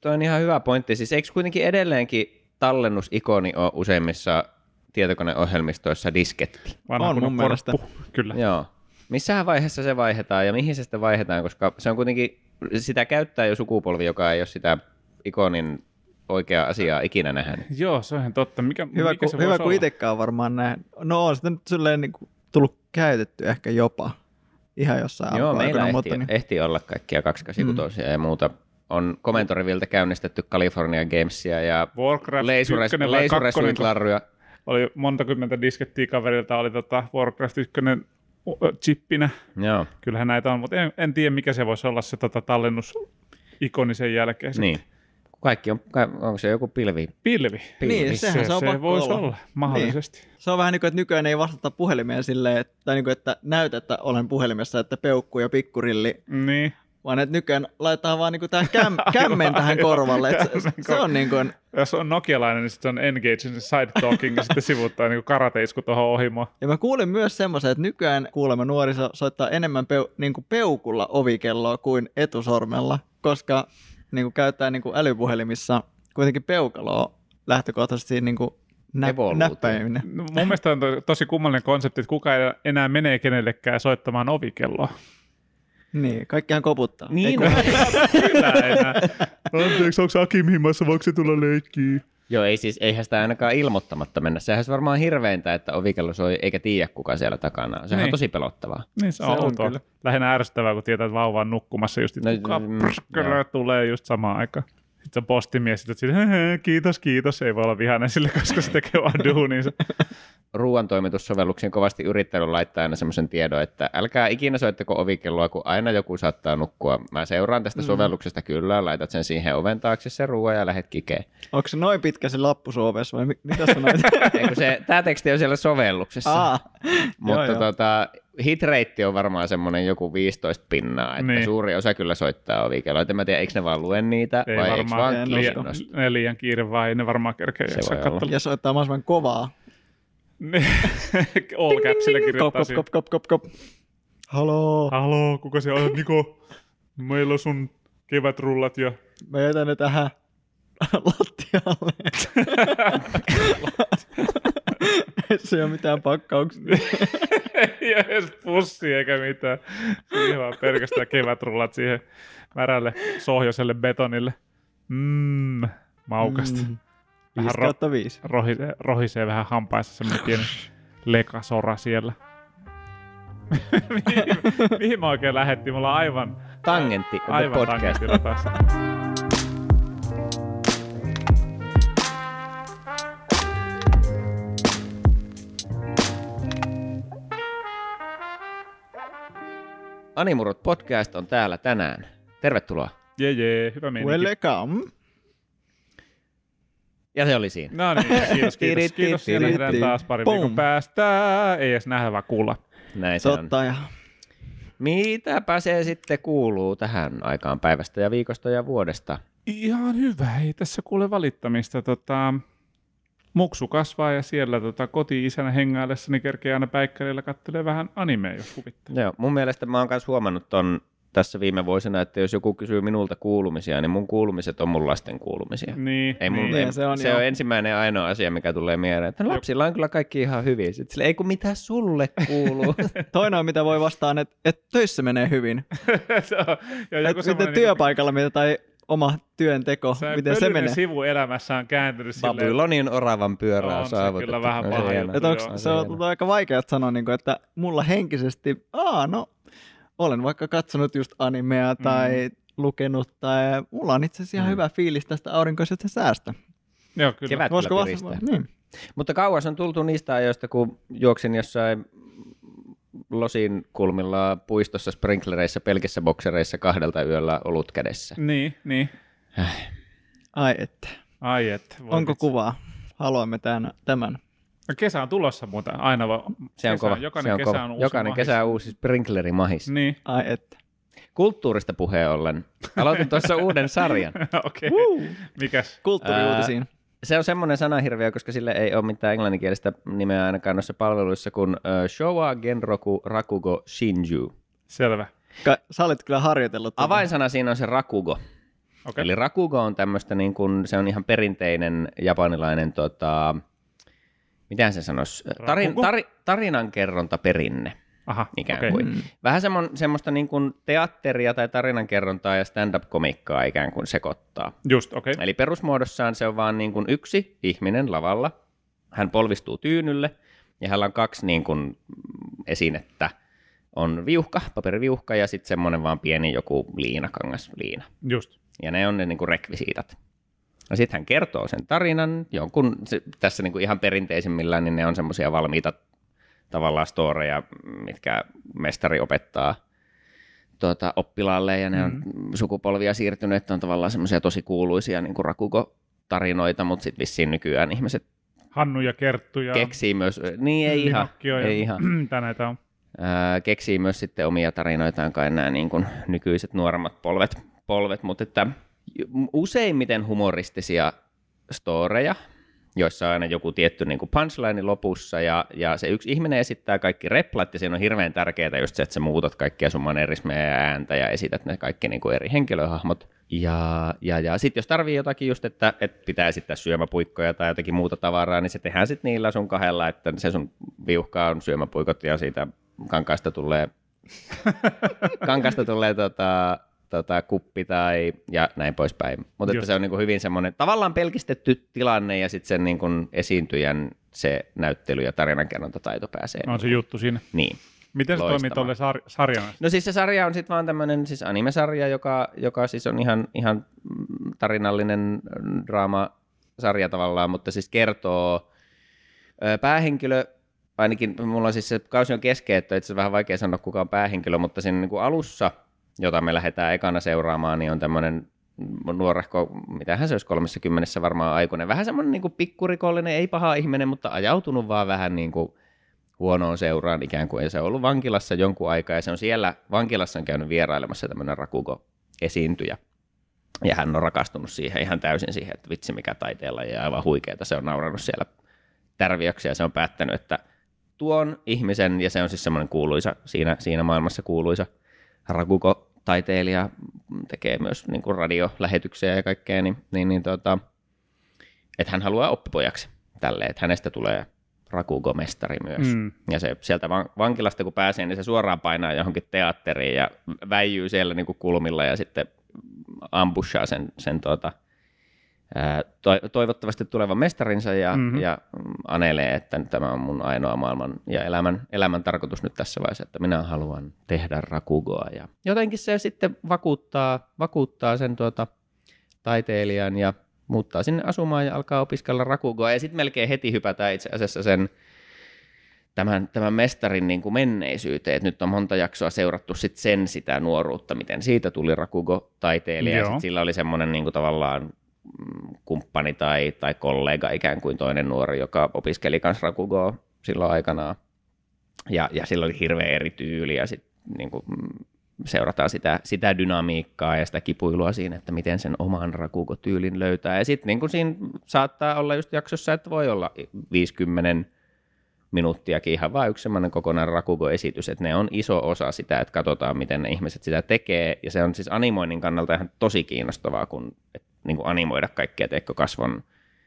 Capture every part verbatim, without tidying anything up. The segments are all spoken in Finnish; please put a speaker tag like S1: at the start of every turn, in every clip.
S1: Tuo on ihan hyvä pointti. Siis eikö kuitenkin edelleenkin tallennusikoni ole useimmissa tietokoneohjelmistoissa disketti?
S2: Vanha
S3: on mun mielestä.
S2: Kyllä.
S1: Joo. Missähän vaiheessa se vaihdetaan ja mihin se sitten vaihdetaan, koska se on kuitenkin, sitä käyttää jo sukupolvi, joka ei ole sitä ikonin oikeaa asiaa ikinä nähnyt.
S2: Joo, se on ihan totta. Mikä,
S3: Hyvä,
S2: mikä
S3: ku,
S2: se
S3: hyvä
S2: voisi
S3: kun itsekään varmaan näin. No on sitä nyt silleen niin kuin tullut käytetty ehkä jopa ihan jossain
S1: Joo, meillä ehti,
S3: mutta niin.
S1: ehti olla kaikkia kaksikahdeksankymmentäkuusi mm. ja muuta. On Komentoriviltä käynnistetty California Gamesia ja
S2: Warcraft
S1: Leisure-Suit-larruja.
S2: Oli monta kymmentä diskettiä kaverilta, oli tota Warcraft yksi chippinä.
S1: Joo.
S2: Kyllähän näitä on, mutta en, en tiedä mikä se voisi olla se tota, tallennusikoni sen jälkeen.
S1: Niin. Kaikki on, onko se joku pilvi?
S2: Pilvi.
S1: pilvi.
S3: Niin, sehän se, se on
S2: se
S3: pakko
S2: voisi
S3: olla.
S2: olla, mahdollisesti.
S3: Niin. Se on vähän niin kuin, että nykyään ei vastata puhelimeen silleen, että, tai niin kuin, että näytä, että olen puhelimessa, että peukku ja pikkurilli.
S2: Niin.
S3: Vaan että nykyään laitetaan vaan niin tähän käm, kämmen tähän korvalle. Että se, se on niin kuin...
S2: Jos on nokialainen, niin sitten on engage, niin side talking ja sitten sivuttaa niin karateisku tuohon ohimoon.
S3: Ja mä kuulin myös semmoisen, että nykyään kuulemma nuoriso soittaa enemmän peu, niin kuin peukulla ovikelloa kuin etusormella, koska niin kuin käyttää niin kuin älypuhelimissa kuitenkin peukaloa lähtökohtaisesti niin kuin nä- näppäiminen.
S2: No, mun mielestä on to, tosi kummallinen konsepti, että kuka ei enää menee kenellekään soittamaan ovikelloa.
S3: Niin, kaikkihan koputtaa.
S1: Niin,
S2: no, kyllä enää. Anteeksi, onko Akim himassa, voiko se tulla leikkiä?
S1: Joo, ei siis, eihän sitä ainakaan ilmoittamatta mennä. Sehän olisi varmaan hirveintä, että ovikello soi eikä tiedä kuka siellä takana on. Sehän
S2: niin.
S1: on tosi pelottavaa.
S2: Niin se, se on, on kyllä. Lähinnä ärsyttävää, kun tietää, että vauva on nukkumassa just, että no, kuka prskärä tulee just samaan aikaan. Sitten on postimies, että sille, kiitos, kiitos, ei voi olla vihainen sille, koska se tekee vaan duuninsa.
S1: Ruoantoimitussovelluksen kovasti yrittänyt laittaa aina semmoisen tiedon, että älkää ikinä soittako ovikelloa, kun aina joku saattaa nukkua. Mä seuraan tästä mm. sovelluksesta kyllä, laitat sen siihen oven taakse sen ruoan ja lähet kikeen.
S3: Onko se noin pitkä se lappu Suomessa vai mitä sanoit?
S1: Tämä teksti on siellä sovelluksessa,
S3: Aa,
S1: mutta
S3: joo,
S1: tota, hitrate on varmaan semmoinen joku viisitoista pinnaa, että niin. Suuri osa kyllä soittaa ovikelloa. En mä tiedä, eikö ne vaan lue niitä
S2: ei
S1: vai
S2: varmaan,
S1: eikö vaan
S2: liian, ne liian kiire vai ne varmaan kerkee.
S3: Ja soittaa mahdollisimman kovaa.
S2: All capsille kirjoittaa
S3: siihen. Kop, kop, kop, kop, kop. Haloo.
S2: Haloo, kuka se on, Niko? Meillä on sun kevätrullat ja...
S3: Mä jätän ne tähän lattialle. Se ei ole mitään pakkauksia.
S2: Ei ole edes pussia eikä mitään. Siihen vaan pelkästään kevätrullat siihen märälle sohjoiselle betonille. Mmm, maukasta. Mm.
S3: viisi kautta viisi.
S2: Rohisee, rohisee vähän hampaissa semmoinen pieni lekasora siellä. mihin, mihin mä oikein lähettiin? Mulla on aivan...
S1: Tangentti,
S2: aivan
S1: podcast.
S2: Taas.
S1: Animurut podcast on täällä tänään. Tervetuloa.
S2: Jee, jee, hyvä meininki.
S3: Welcome.
S1: Ja se oli siinä.
S2: No niin, kiitos, kiitos. Kiitos, ja nähdään taas pari viikon päästä. Ei edes nähdä, vaan kuulla.
S1: Näin se
S3: Totta
S1: on.
S3: Ja...
S1: Mitäpä se sitten kuuluu tähän aikaan päivästä ja viikosta ja vuodesta?
S2: Ihan hyvä, ei tässä kuule valittamista. Tota, muksu kasvaa ja siellä tota, koti-isänä hengaillessa niin kerkee aina päikkärillä kattelee vähän animea, jos huvittaa.
S1: Joo, mun mielestä mä oon myös huomannut ton tässä viime vuosina, että jos joku kysyy minulta kuulumisia, niin mun kuulumiset on mun lasten kuulumisia.
S2: Niin,
S1: ei mun,
S2: niin.
S1: Ei, se on, se on ensimmäinen ja ainoa asia, mikä tulee mieleen. Että lapsilla on kyllä kaikki ihan hyviä. Sitten sille, ei kun mitä sulle kuuluu.
S3: Toinen on, mitä voi vastaan, että, että töissä menee hyvin.
S2: se on, ja
S3: että miten työpaikalla mitä, tai oma työnteko,
S2: se
S3: miten se menee.
S2: sivu elämässä on kääntynyt silleen.
S1: Babylonin oravan pyörää
S2: on
S1: saavutettu.
S2: On se kyllä vähän paha juttu.
S3: Se on aika vaikea sanoa, että mulla henkisesti, aa no, olen vaikka katsonut just animea tai mm. lukenut, tai mulla on itse asiassa ihan mm. hyvä fiilis tästä aurinkoisesta säästä.
S2: Joo, kyllä.
S1: Kevät kyllä piristää.
S3: Niin.
S1: Mutta kauas on tultu niistä ajoista, kun juoksin jossain Losin kulmilla puistossa sprinklereissa, pelkissä boksereissa kahdelta yöllä olut kädessä.
S2: Niin, niin.
S1: Äh.
S3: Ai että.
S2: Ai että.
S3: Onko itse. Kuvaa? Haluamme tämän. tämän.
S2: No kesä on tulossa muuten aina. Va-
S1: se on
S2: kesä,
S1: kova.
S2: Jokainen
S1: se on
S2: kesä
S1: kova.
S2: on uusi
S1: Jokainen
S2: mahis.
S1: kesä on uusi sprinklerimahis.
S2: Niin.
S3: Ai että.
S1: Kulttuurista puheen ollen. Aloitin tuossa uuden sarjan.
S2: Okei. Okay. Mikäs?
S3: Kulttuuriuutisiin.
S1: Ää, se on semmoinen sanahirviö, koska sille ei ole mitään englanninkielistä nimeä ainakaan noissa palveluissa kuin uh, Showa Genroku Rakugo Shinju.
S2: Selvä.
S3: Ka- sä olet kyllä harjoitellut.
S1: Avainsana siinä on se Rakugo.
S2: Okay.
S1: Eli rakugo on tämmöistä, niin kuin, se on ihan perinteinen japanilainen, tota, miten se sanoisi, Tarin, tari, tarinankerrontaperinne.
S2: Aha,
S1: ikään
S2: okay.
S1: kuin. Vähän semmo, semmoista niin kuin teatteria tai tarinankerrontaa ja stand-up-komikkaa ikään kuin sekoittaa.
S2: Just, okei. Okay.
S1: Eli perusmuodossaan se on vaan niin kuin yksi ihminen lavalla. Hän polvistuu tyynylle ja hänellä on kaksi niin kuin esinettä. On viuhka, paperiviuhka ja sitten semmoinen vaan pieni joku liinakangas liina.
S2: Just.
S1: Ja ne on ne niin kuin rekvisiitat. No sitten hän kertoo sen tarinan, jonkun, se, tässä niin kuin ihan perinteisimmillään, niin ne on semmoisia valmiita tavallaan storeja, mitkä mestari opettaa tuota, oppilaalle, ja ne on mm-hmm. sukupolvia siirtynyt, että on tavallaan semmoisia tosi kuuluisia niin kuin Rakugo-tarinoita, mutta sitten vissiin nykyään ihmiset
S2: Hannu ja Kerttu ja
S1: keksii myös, niin ei ihan, ei ihan.
S2: Mitä näitä on?
S1: Ää, keksii myös sitten omia tarinoitaan kai nämä niin kuin nykyiset nuoremmat polvet, polvet, mutta että useimmiten humoristisia storeja, joissa on aina joku tietty niin kuin punchline lopussa, ja, ja se yksi ihminen esittää kaikki replat, ja siinä on hirveän tärkeää just se, että sä muutat kaikkia sun manerismeja ja ääntä, ja esität ne kaikki niin kuin eri henkilöhahmot. Ja, ja, ja sitten jos tarvii jotakin just, että, että pitää esittää syömäpuikkoja tai jotakin muuta tavaraa, niin se tehdään sitten niillä sun kahdella, että se sun viuhka on syömäpuikot, ja siitä kankaasta tulee, kankaasta tulee tota, Tota, kuppi tai ja näin poispäin. Mutta että se on niin kuin hyvin semmoinen tavallaan pelkistetty tilanne ja sitten sen niin kuin esiintyjän se näyttely- ja tarinankerrontataito pääsee.
S2: On se juttu siinä.
S1: Niin.
S2: Miten se toimii tuolle sar- sarjana?
S1: No siis se sarja on sitten vaan tämmöinen siis anime-sarja, joka, joka siis on ihan, ihan tarinallinen draamasarja tavallaan, mutta siis kertoo päähenkilö, ainakin mulla on siis se kausi on kesken, että itse asiassa vähän vaikea sanoa kuka on päähenkilö, mutta siinä niin kuin alussa jota me lähdetään ekana seuraamaan, niin on tämmöinen nuorehko, mitähän se olisi kolmekymmentä varmaan aikuinen, vähän semmoinen niin kuin pikkurikollinen, ei paha ihminen, mutta ajautunut vaan vähän niin kuin huonoon seuraan ikään kuin, ja se on ollut vankilassa jonkun aikaa, ja se on siellä vankilassa on käynyt vierailemassa tämmöinen Rakugo-esiintyjä, ja hän on rakastunut siihen ihan täysin siihen, että vitsi mikä taiteella, ja aivan huikeeta, se on naurannut siellä tärviöksi, ja se on päättänyt, että tuon ihmisen, ja se on siis semmoinen kuuluisa, siinä, siinä maailmassa kuuluisa Rakugo-taiteilija, tekee myös niin kuin radiolähetyksiä ja kaikkea, niin, niin, niin tota, että hän haluaa oppipojaksi tälle, että hänestä tulee Rakugo-mestari myös. Mm. Ja se sieltä vankilasta kun pääsee, niin se suoraan painaa johonkin teatteriin ja väijyy siellä niin kuin kulmilla ja sitten ambushaa sen, sen tuota, toivottavasti tulevan mestarinsa ja, mm-hmm. ja anelee, että tämä on mun ainoa maailman ja elämän, elämän tarkoitus nyt tässä vaiheessa, että minä haluan tehdä Rakugoa. Ja jotenkin se sitten vakuuttaa, vakuuttaa sen tuota taiteilijan ja muuttaa sinne asumaan ja alkaa opiskella Rakugoa. Ja sitten melkein heti hypätään itse asiassa sen tämän, tämän mestarin niin kuin menneisyyteen. Että nyt on monta jaksoa seurattu sit sen sitä nuoruutta, miten siitä tuli Rakugo-taiteilija. Ja sit sillä oli semmoinen niin kuin tavallaan kumppani tai, tai kollega, ikään kuin toinen nuori, joka opiskeli kanssa Rakugoa silloin aikanaan. Ja, ja sillä oli hirveän eri tyyli ja sitten niin kuin seurataan sitä, sitä dynamiikkaa ja sitä kipuilua siinä, että miten sen oman Rakugo-tyylin löytää. Ja sitten niin kuin siinä saattaa olla just jaksossa, että voi olla viisikymmentä minuuttiakin ihan vain yksi semmoinen kokonaan Rakugo-esitys, että ne on iso osa sitä, että katsotaan, miten ne ihmiset sitä tekee. Ja se on siis animoinnin kannalta ihan tosi kiinnostavaa, kun niin kuin animoida kaikkia teikko kasvon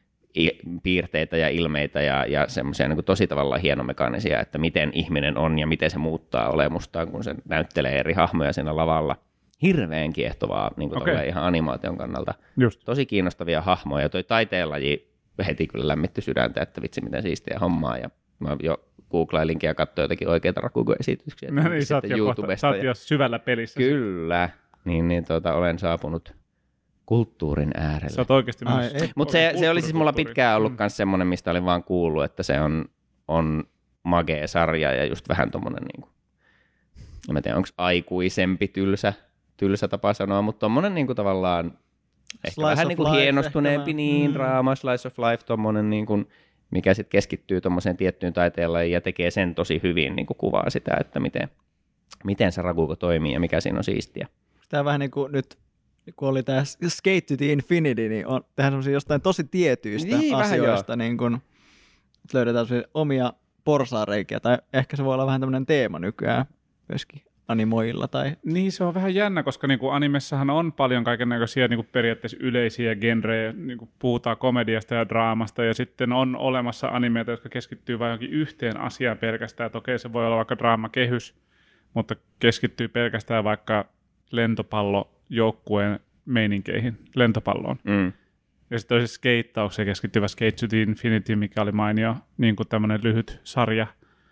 S1: piirteitä ja ilmeitä ja, ja semmoisia niin kuin tosi tavallaan hienomekaanisia, että miten ihminen on ja miten se muuttaa olemustaan, kun se näyttelee eri hahmoja siinä lavalla. Hirveän kiehtovaa niin kuin okay. ihan animaation kannalta. Just. Tosi kiinnostavia hahmoja. Ja toi taiteenlaji heti kyllä lämmitti sydäntä, että vitsi miten siistiä hommaa. Ja mä jo googlailinkin ja katsoin jotakin oikeita Rakugo-esityksiä.
S2: No niin, sä oot jo, kohta, sä oot jo syvällä pelissä.
S1: Kyllä. Niin, niin tuota, olen saapunut kulttuurin äärelle.
S2: Sä oot oikeasti
S1: myös. Mutta se, se oli siis mulla pitkään ollut myös semmoinen, mistä olin vaan kuullut, että se on, on magee sarja ja just vähän tommonen, niin kuin, en mä tiedä, onko aikuisempi tylsä, tylsä tapa sanoa, mutta tommonen niin kuin tavallaan ehkä slice vähän niin kuin hienostuneempi, niin, mm. draama, slice of life, tommonen niin kuin, mikä sitten keskittyy tommoseen tiettyyn taiteellaan ja tekee sen tosi hyvin, niin kuin kuvaa sitä, että miten, miten se Rakugo toimii ja mikä siinä on siistiä.
S3: Tämä vähän niin kuin nyt kun oli tämä Skate to the Infinity, niin on tehdään semmoisia jostain tosi tietyistä niin, asioista, niin kun löydetään omia porsaareikiä, tai ehkä se voi olla vähän tämmöinen teema nykyään myöskin animoilla. Tai...
S2: Niin, se on vähän jännä, koska niinku animessahan on paljon kaikennäköisiä niinku periaatteessa yleisiä genrejä, niinku puhutaan komediasta ja draamasta, ja sitten on olemassa animeita, jotka keskittyy vain johonkin yhteen asiaan pelkästään, että okei, se voi olla vaikka draamakehys, mutta keskittyy pelkästään vaikka lentopallojoukkueen meininkeihin, lentopalloon.
S1: Mm.
S2: Ja sitten olisi skeittaukseen keskittyvä Skate to the Infinity, mikä oli mainio niin kuin tämmöinen lyhyt sarja.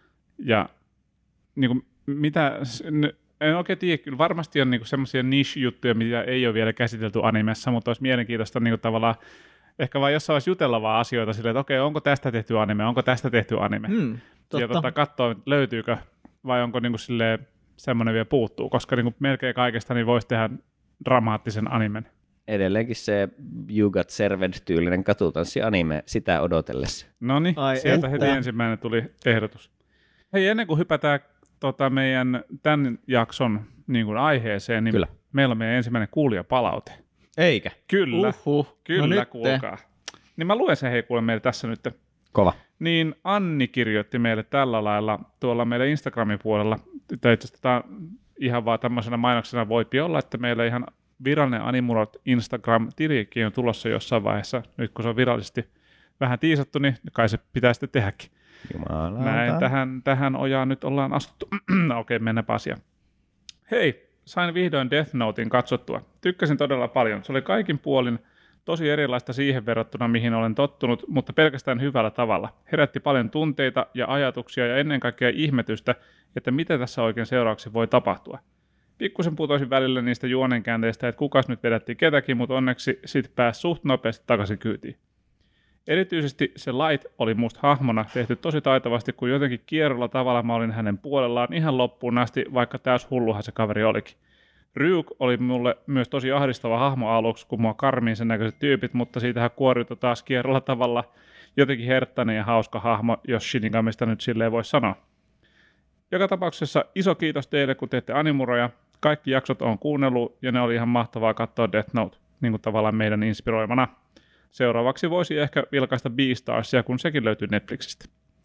S2: Ja niin kuin, mitä, en oikein tiedä, kyllä varmasti on niin kuin semmoisia niche-juttuja, mitä ei ole vielä käsitelty animessa, mutta olisi mielenkiintoista niin kuin tavallaan ehkä vaan jossain vaiheessa jutella vaan asioita silleen, että okei, onko tästä tehty anime, onko tästä tehty anime.
S3: Mm,
S2: ja tota, katsoa, löytyykö vai onko niin kuin silleen semmoinen vielä puuttuu, koska niin kuin melkein kaikesta niin voisi tehdä dramaattisen animen.
S1: Edelleenkin se You Got Served-tyylinen katutanssianime sitä odotellessa.
S2: No niin, sieltä
S3: että.
S2: heti ensimmäinen tuli ehdotus. Hei, ennen kuin hypätään tota, meidän tämän jakson niin kuin aiheeseen, niin
S1: Kyllä.
S2: meillä on meidän ensimmäinen kuulijapalaute.
S1: Eikä.
S2: Kyllä,
S3: Uhuh.
S2: kyllä
S3: no
S2: kuulkaa. Niin mä luen sen hei kuule meille tässä nyt.
S1: Kova.
S2: Niin Anni kirjoitti meille tällä lailla tuolla meidän Instagramin puolella. Itse asiassa tämä ihan vaan tämmöisenä mainoksena voipi olla, että meillä ihan virallinen Animurot Instagram-tilikin on tulossa jossain vaiheessa. Nyt kun se on virallisesti vähän tiisattu, niin kai se pitää sitten tehdäkin.
S1: Jumalauta.
S2: Näin tähän, tähän ojaan nyt ollaan astuttu. Okei, okay, mennäänpä asiaan. Hei, sain vihdoin Death Notein katsottua. Tykkäsin todella paljon. Se oli kaikin puolin tosi erilaista siihen verrattuna, mihin olen tottunut, mutta pelkästään hyvällä tavalla. Herätti paljon tunteita ja ajatuksia ja ennen kaikkea ihmetystä, että mitä tässä oikein seuraavaksi voi tapahtua. Pikkusen putoisin välillä niistä juonenkäänteistä, että kukas nyt vedätti ketäkin, mutta onneksi sitten pääsi suht nopeasti takaisin kyytiin. Erityisesti se Light oli musta hahmona tehty tosi taitavasti, kun jotenkin kierrolla tavalla mä olin hänen puolellaan ihan loppuun asti, vaikka täys hulluhan se kaveri olikin. Ryuk oli mulle myös tosi ahdistava hahmo aluksi, kun mua karmiin sen näköiset tyypit, mutta siitähän kuoriutui taas kierrolla tavalla jotenkin herttainen ja hauska hahmo, jos Shinigamista nyt silleen voi sanoa. Joka tapauksessa iso kiitos teille, kun teette animuroja. Kaikki jaksot on kuunnellut ja ne oli ihan mahtavaa katsoa Death Note, niin kuin tavallaan meidän inspiroimana. Seuraavaksi voisi ehkä vilkaista Beastarsia, kun sekin löytyy Netflixistä.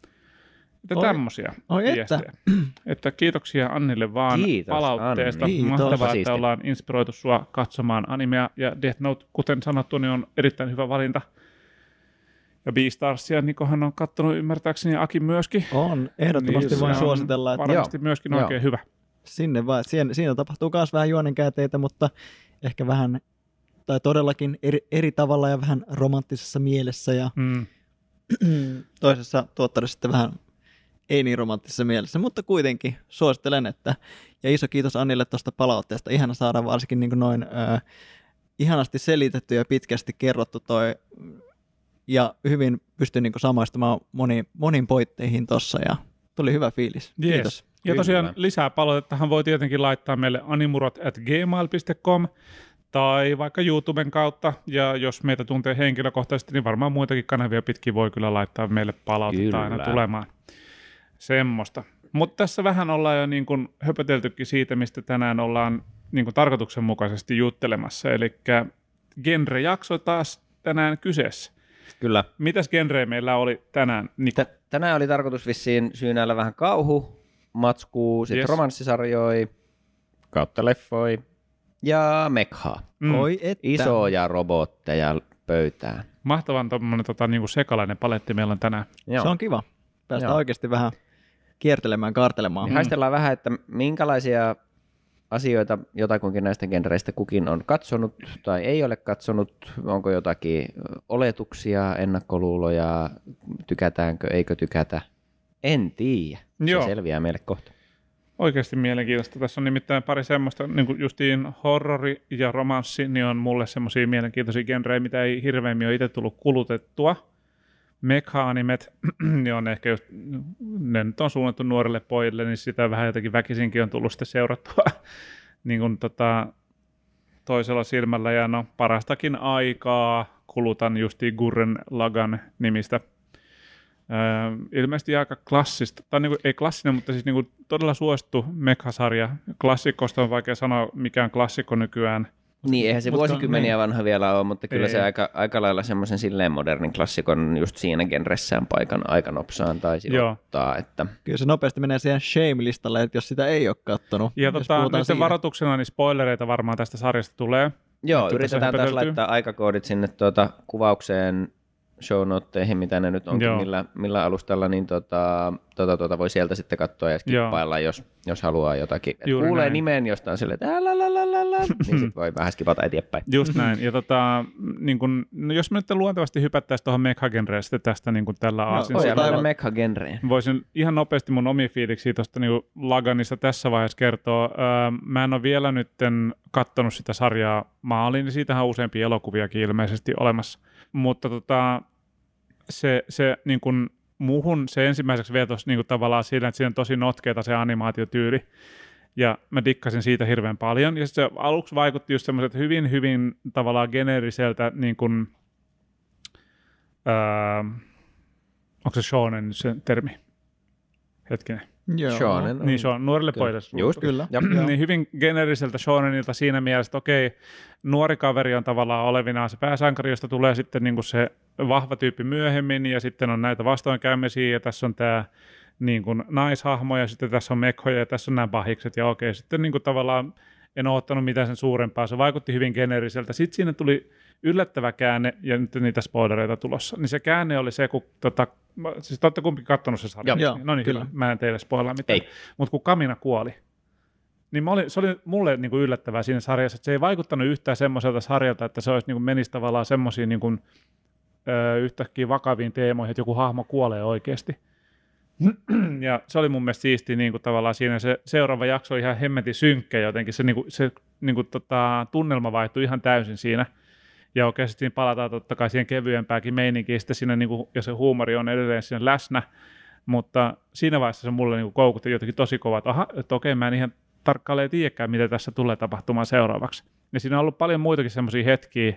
S2: Että
S3: Oi,
S2: tämmöisiä
S3: oi
S2: viestejä. Että. että kiitoksia Annille vaan
S1: Kiitos,
S2: palautteesta.
S1: Anni.
S2: Mahtavaa,
S1: Siisti.
S2: että ollaan inspiroitu sua katsomaan animea. Ja Death Note, kuten sanottu, niin on erittäin hyvä valinta. Ja Beastarsia, Nikohan on katsonut ymmärtääkseni, Aki myöskin.
S3: On, ehdottomasti
S2: Niin,
S3: voin
S2: se on
S3: suositella, että
S2: varmasti
S1: Joo.
S2: myöskin
S1: Joo.
S2: oikein hyvä.
S3: sinne vaan. Siinä, siinä tapahtuu myös vähän juonenkäänteitä, mutta ehkä vähän, tai todellakin eri, eri tavalla ja vähän romanttisessa mielessä ja
S2: Mm.
S3: toisessa tuottarissa sitten vähän ei niin romanttisessa mielessä, mutta kuitenkin suosittelen, että ja iso kiitos Annille tuosta palautteesta. Ihana saada varsinkin niin kuin noin äh, ihanasti selitetty ja pitkästi kerrottu toi ja hyvin pystyn niin kuin samaistumaan moniin, moniin pointteihin tuossa ja tuli hyvä fiilis.
S2: Yes.
S3: Kiitos.
S2: Ja tosiaan lisää palautettahan voi tietenkin laittaa meille animurot at gmail dot com tai vaikka YouTuben kautta, ja jos meitä tuntee henkilökohtaisesti, niin varmaan muitakin kanavia pitkin voi kyllä laittaa meille palautetta
S1: Kyllä.
S2: aina tulemaan. Semmosta. Mutta tässä vähän ollaan jo niin kuin höpöteltykin siitä, mistä tänään ollaan niin kuin tarkoituksenmukaisesti juttelemassa, eli genre-jakso taas tänään kyseessä.
S1: Kyllä.
S2: Mitäs genrejä meillä oli tänään, Niko?
S1: T- tänään oli tarkoitus vissiin syynäillä vähän kauhu, matskuu, sitten
S2: Yes.
S1: yes. romanssisarjoi, kautta leffoi ja mekhaa.
S2: Mm.
S3: Oi että.
S1: Isoja robotteja pöytään.
S2: Mahtavan tommonen tota, niinku sekalainen paletti meillä on tänään.
S1: Joo.
S3: Se on kiva. Päästään
S1: Joo.
S3: oikeasti vähän kiertelemään, kaartelemaan.
S1: Niin haistellaan vähän, että minkälaisia asioita jotakuinkin näistä genreistä kukin on katsonut tai ei ole katsonut. Onko jotakin oletuksia, ennakkoluuloja, tykätäänkö, eikö tykätä. En tiedä. Se
S2: Joo.
S1: selviää meille kohta.
S2: Oikeasti mielenkiintoista. Tässä on nimittäin pari semmoista, niin kuin justiin horrori ja romanssi, niin on mulle semmoisia mielenkiintoisia genrejä, mitä ei hirveämmin ole itse tullut kulutettua. Mekha-animet, niin on ehkä just, ne nyt on suunnattu nuorille pojille, niin sitä vähän jotenkin väkisinkin on tullut sitten seurattua niin kuin tota, toisella silmällä. Ja no parastakin aikaa kulutan justiin Gurren Lagann nimistä. Öö, ilmeisesti aika klassista, tai niinku, ei klassinen, mutta siis niinku todella suosittu Mekha-sarja. Klassikosta on vaikea sanoa, mikä on klassikko nykyään,
S1: Niin, eihän se
S3: Mutta-
S1: vuosikymmeniä
S3: niin.
S1: vanha vielä ole, mutta kyllä
S2: Ei.
S1: se aika, aika lailla semmoisen silleen modernin klassikon just siinä genressään paikan aikanopsaan taisi
S2: Joo.
S1: ottaa, että
S3: Kyllä se nopeasti menee siihen shame-listalle, että jos sitä ei ole kattonut.
S2: Ja
S3: jos
S2: tota,
S3: puhutaan
S2: nyt
S3: siitä.
S2: varoituksena niin spoilereita varmaan tästä sarjasta tulee.
S1: joo,
S2: Että
S1: yritetään
S2: tässä
S1: taas
S2: höpöteltyy.
S1: laittaa aikakoodit sinne tuota kuvaukseen, shownoteihin, mitä ne nyt onkin,
S2: Joo.
S1: millä, millä alustalla, niin tota, tota, tota voi sieltä sitten katsoa ja skippailla, jos, jos haluaa jotakin. Et
S2: Juuri
S1: kuulee
S2: näin.
S1: nimen jostain silleen, että älä, älä, älä, älä, niin sitten voi vähän skipata eteenpäin.
S2: Just näin. Ja tota, niin kun, no jos me nyt luontevasti hypättäisiin tuohon mecha-genreen sitten tästä niin kun tällä
S3: No,
S2: aasin
S3: oi,
S1: Oi,
S3: aivan.
S1: älä mekha-genreen.
S2: voisin ihan nopeasti mun omia fiiliksiä tuosta niin Laganista tässä vaiheessa kertoa. Öö, mä en ole vielä nyt kattonut sitä sarjaa maaliin, niin siitähän on useampia elokuviakin ilmeisesti olemassa. Mutta tota, se, se niin kuin muuhun se ensimmäiseksi vetosi niin kuin tavallaan siinä, että siinä on tosi notkeeta se animaatiotyyli. Ja mä dikkasin siitä hirveän paljon. Ja se aluksi vaikutti just semmoiset hyvin, hyvin tavallaan geneeriseltä, niin kuin, öö, onko se shonen nyt se termi? Hetkinen.
S3: Joo.
S1: Shonen on-
S2: Niin se on nuorille
S1: Kyllä.
S2: pojille.
S1: Just,
S3: Kyllä.
S1: Jop.
S3: Joo.
S2: Niin hyvin geneeriseltä shonenilta siinä mielessä, että okei, nuori kaveri on tavallaan olevinaan se pääsankari, josta tulee sitten niin kuin se vahva tyyppi myöhemmin, ja sitten on näitä vastoinkäymisiä, ja tässä on tämä niin kuin naishahmo, ja sitten tässä on mekhoja, ja tässä on nämä pahikset, ja okei, sitten niin kuin tavallaan en ole ottanut mitään sen suurempaa, se vaikutti hyvin geneeriseltä. Sitten siinä tuli yllättävä käänne, ja nyt niitä spoilereita tulossa. Niin se käänne oli se, kun, tota, siis te olette kumpikin katsonut se sarja.
S3: Joo,
S2: no niin,
S3: kyllä.
S2: hyvä. Mä en teille spoilaa mitään.
S1: Ei.
S2: Mutta kun Kamina kuoli, niin mä olin, se oli mulle niin kuin yllättävää siinä sarjassa, että se ei vaikuttanut yhtään semmoiselta sarjalta, että se olisi niin kuin menisi tavallaan semmoisiin niin kuin, ö, yhtäkkiä vakaviin teemoihin, että joku hahmo kuolee oikeasti. Ja se oli mun mielestä siistiä niin kuin tavallaan siinä se seuraava jakso oli ihan hemmetin synkkä jotenkin, se, niin kuin, se niin kuin, tota, tunnelma vaihtui ihan täysin siinä. Ja oikeasti siinä palataan totta kai siihen kevyempääkin meininkiin, sitten siinä, niin kuin, ja se huumori on edelleen siinä läsnä, mutta siinä vaiheessa se mulle niin kuin koukutti jotenkin tosi kovaa, että aha, että okei, mä en ihan tarkkaan tiedäkään, mitä tässä tulee tapahtumaan seuraavaksi. Ja siinä on ollut paljon muitakin semmoisia hetkiä,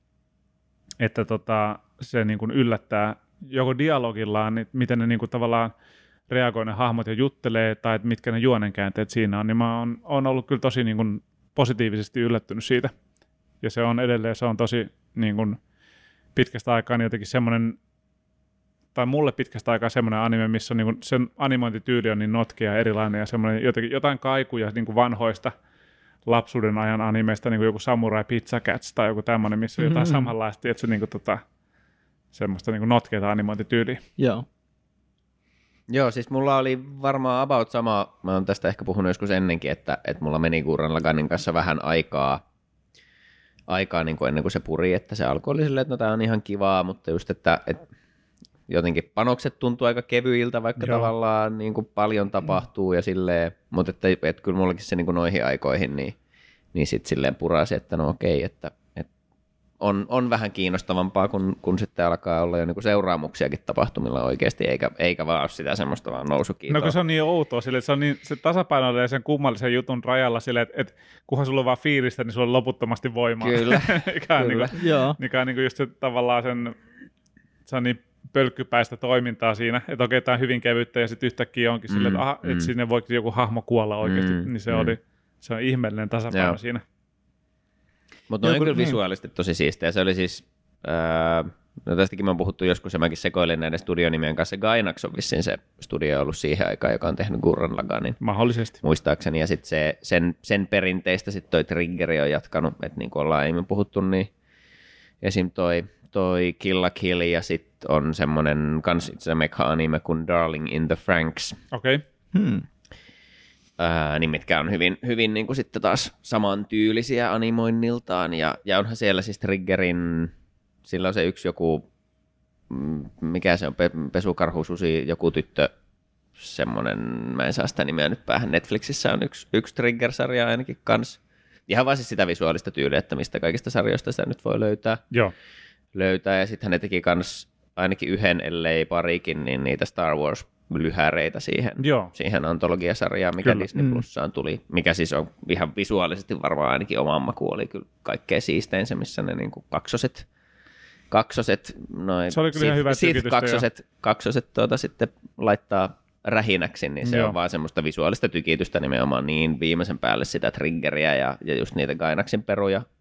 S2: että tota, se niin kuin yllättää joko dialogillaan, niin miten ne niin kuin tavallaan reagoi ne hahmot ja juttelee, tai että mitkä ne juonenkäänteet siinä on, niin mä oon, oon ollut kyllä tosi niin kuin positiivisesti yllättynyt siitä. Ja se on edelleen, se on tosi niin kuin pitkästä aikaa niin jotenkin semmoinen, tai mulle pitkästä aikaa semmoinen anime, missä on niin kuin, sen animointityyli on niin notkea ja erilainen, ja semmoinen jotenkin jotain kaikuja niin kuin vanhoista lapsuuden ajan animeista, niin kuin joku Samurai Pizza Cats tai joku tämmöinen, missä on jotain
S3: Mm-hmm.
S2: samanlaista, että se niin kuin, tota, semmoista niin kuin notkeata animointityyliä.
S3: Joo.
S1: Joo, siis mulla oli varmaan about sama, mä oon tästä ehkä puhunut joskus ennenkin, että, että mulla meni Gurren Laganin kanssa vähän aikaa, aikaa niin kuin ennen kuin se puri, että se alkoi oli silleen, että no tää on ihan kivaa, mutta just, että, että jotenkin panokset tuntuu aika kevyiltä, vaikka
S2: Joo.
S1: tavallaan niin kuin paljon tapahtuu ja silleen, mutta että, että kyllä mullakin se niin kuin noihin aikoihin, niin, niin sitten silleen purasi, että no okei, että, että on, on vähän kiinnostavampaa, kun, kun sitten alkaa olla jo niin kuin seuraamuksiakin tapahtumilla oikeasti, eikä, eikä vaan ole sitä semmoista vaan nousukiitoa.
S2: No kun se on niin outoa, sille, se on niin, se tasapainoilee sen kummallisen jutun rajalla sille, että, että kunhan sulla on vaan fiilistä, niin sulla on loputtomasti voimaa.
S1: Kyllä,
S2: mikä on,
S1: kyllä.
S2: niin kuin,
S3: Joo.
S2: mikä on niin kuin just se, tavallaan sen, se on niin pölkkypäistä toimintaa siinä, että okei, tämä on hyvin kevyttä ja sitten yhtäkkiä onkin mm, silleen, että, aha,
S1: mm.
S2: että sinne voi joku hahmo kuolla oikeasti,
S1: Mm,
S2: niin se
S1: mm.
S2: oli, se on ihmeellinen tasapaino
S1: Joo.
S2: siinä.
S1: Mutta
S3: Joo,
S1: on
S3: kun-
S1: kyllä
S3: niin.
S1: visuaalisesti tosi siistiä. Se oli siis, ää, no tästäkin me on puhuttu joskus, ja mäkin sekoilin näiden studionimien kanssa. Gainax on vissiin se studio ollut siihen aikaan, joka on tehnyt Gurren Laganin,
S2: Mahdollisesti.
S1: muistaakseni. Ja sitten se, sen, sen perinteistä sitten toi Triggeri on jatkanut, että niin kuin ollaan aiemmin puhuttu, niin esim. toi, toi Kill la Kill, ja sitten on semmoinen kans itse mecha-anime kuin Darling in the Franxx,
S2: Okei. Okay.
S3: Hmm.
S1: Ää, niin mitkä on hyvin, hyvin niin kuin sitten taas samantyylisiä animoinniltaan, ja, ja onhan siellä siis Triggerin, sillä on se yksi joku, mm, mikä se on, pe, pesukarhususi, joku tyttö, semmoinen, mä en saa sitä nimeä nyt päähän, Netflixissä on yksi, yksi Trigger-sarja ainakin kans, ihan vaan siis sitä visuaalista tyyliä, että mistä kaikista sarjoista sitä nyt voi löytää,
S2: Joo.
S1: löytää, ja sitten ne teki kans ainakin yhden, ellei parikin, niin niitä Star Wars lyhäreitä siihen,
S2: Joo.
S1: siihen antologiasarjaan, mikä
S2: Kyllä.
S1: Disney Plussaan tuli, mikä siis on ihan visuaalisesti varmaan ainakin oman maku oli kyllä kaikkein siistein se, missä ne niin kuin kaksoset, kaksoset, noin
S2: Se oli kyllä ihan hyvä
S1: Sith
S2: tykitystä,
S1: kaksoset, kaksoset tuota sitten laittaa rähinäksi, niin se
S2: Joo.
S1: on vaan semmoista visuaalista tykitystä nimenomaan niin viimeisen päälle sitä Triggeriä ja, ja just niitä Gainaxin peruja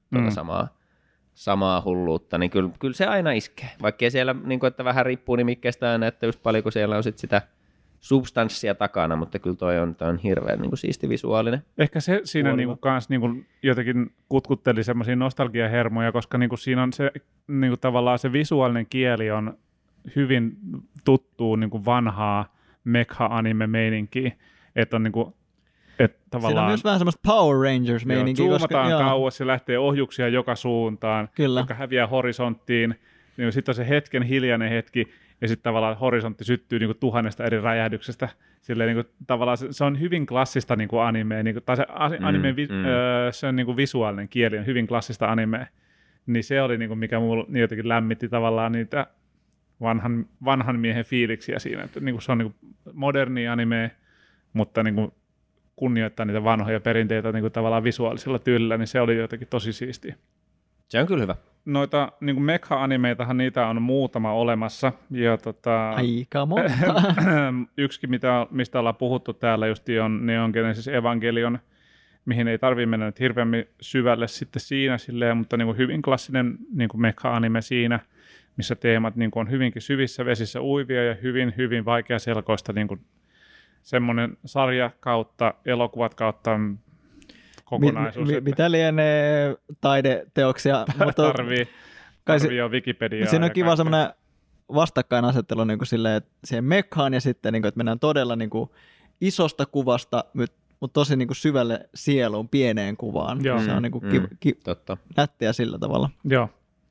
S1: tuota
S2: Mm.
S1: samaa, samaa hulluutta, niin kyllä, kyllä se aina iskee. Vaikkei siellä, niin kuin, että vähän riippuu nimikkeestä aina, että just paljonko siellä on sit sitä substanssia takana, mutta kyllä toi on, toi on hirveän niin kuin siisti visuaalinen.
S2: Ehkä se siinä
S1: Puolella.
S2: niinku kans niinku jotenkin kutkutteli semmoisia nostalgiahermoja, koska niinku siinä on se niinku tavallaan se visuaalinen kieli on hyvin tuttuu niinku vanhaa mekha-anime-meininkiä, että on niinku että
S3: Siinä on
S2: tavallaan
S3: myös vähän semmoista Power Rangers-meininkiä.
S2: joo,
S3: koska,
S2: zoomataan
S3: joo,
S2: kauas ja lähtee ohjuksia joka suuntaan,
S3: Kyllä.
S2: joka häviää horisonttiin. Niin sitten on se hetken hiljainen hetki, ja sitten tavallaan horisontti syttyy niinku tuhannesta eri räjähdyksestä. Silleen, niinku, tavallaan se, se on hyvin klassista niinku animea, niinku, tai se anime, mm, vi,
S1: mm.
S2: öö, se on niinku visuaalinen kieli, on hyvin klassista animea. Niin se oli niinku, mikä mulla niin jotenkin lämmitti tavallaan niitä vanhan, vanhan miehen fiiliksiä siinä. Että, niinku, se on niinku moderni anime, mutta niinku, kunnioittaa niitä vanhoja perinteitä niinku, tavallaan visuaalisella tyylillä, niin se oli jotenkin tosi siistiä.
S1: Se on kyllä hyvä.
S2: Noita niin mekha-animeitahan niitä on muutama olemassa. Ja, tota,
S3: Aika monta.
S2: yksikin, mitä, mistä ollaan puhuttu täällä just on Neon Genesis Evangelion, mihin ei tarvitse mennä nyt hirveämmin syvälle sitten siinä, silleen, mutta niin kuin hyvin klassinen niin kuin mekha-anime siinä, missä teemat niin kuin on hyvinkin syvissä vesissä uivia ja hyvin, hyvin vaikeaselkoista niin kuin semmoinen sarja kautta, elokuvat kautta kokonaisuus.
S3: Mi, mi, mitä lienee taideteoksia, mutta
S2: tarvii,
S3: kai
S2: tarvii jo Wikipediaa.
S3: siinä on
S2: ja
S3: kiva
S2: kaikkea.
S3: semmoinen vastakkainasettelu niin kuin silleen, että siihen mekhaan ja sitten, niin kuin, että mennään todella niin kuin isosta kuvasta, mutta tosi niin kuin syvälle sieluun, pieneen kuvaan.
S2: Joo.
S3: Se on niin kuin
S1: Mm,
S3: ki,
S1: mm.
S3: ki,
S1: Totta.
S3: nättiä sillä tavalla.
S2: Joo.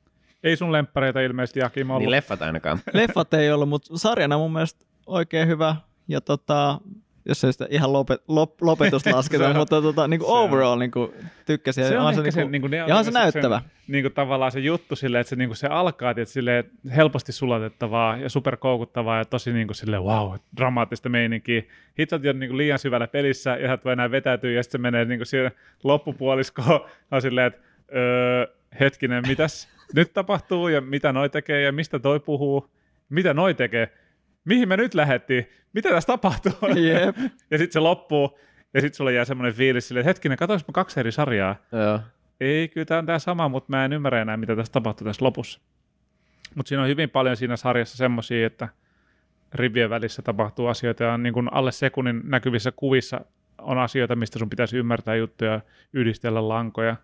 S2: Ei sun lemppareita ilmeisesti, Jakim, ollut.
S1: Niin leffat ainakaan.
S3: Leffat ei ollut, mutta sarjana mun mielestä oikein hyvä. Ja tota, jos ei sitä ihan lopet, lop, lopetus lasketa,
S2: Se on-
S3: mutta tota, niin kuin
S2: se on-
S3: overall niin kuin tykkäsin.
S2: Se
S3: Ja
S2: on
S3: onhan
S2: ehkä se,
S3: niinku-
S2: niin kuin, ne on
S3: ja onhan se
S2: niinku
S3: näyttävä.
S2: Sen, niin kuin tavallaan se juttu silleen, että se, niin kuin se alkaa että silleen, helposti sulatettavaa ja superkoukuttavaa ja tosi niin kuin silleen, wow, dramaattista meininkiä. Hitsat on niin kuin liian syvällä pelissä ja sä et voi enää vetäytyä ja sitten se menee niin kuin siihen loppupuoliskoon on silleen, että öö, hetkinen, mitäs nyt tapahtuu ja mitä noi tekee ja mistä toi puhuu, mitä noi tekee, mihin me nyt lähdettiin, mitä tässä tapahtuu.
S3: Jep.
S2: Ja sitten se loppuu ja sitten sulle jää semmoinen fiilis silleen, että hetkinen, katsoinko mä kaksi eri sarjaa?
S1: Joo.
S2: Ei, kyllä tämä on tämä sama, mutta mä en ymmärrä enää, mitä tässä tapahtuu tässä lopussa. Mutta siinä on hyvin paljon siinä sarjassa semmoisia, että rivien välissä tapahtuu asioita ja niin kun alle sekunnin näkyvissä kuvissa on asioita, mistä sun pitäisi ymmärtää juttuja, yhdistellä lankoja.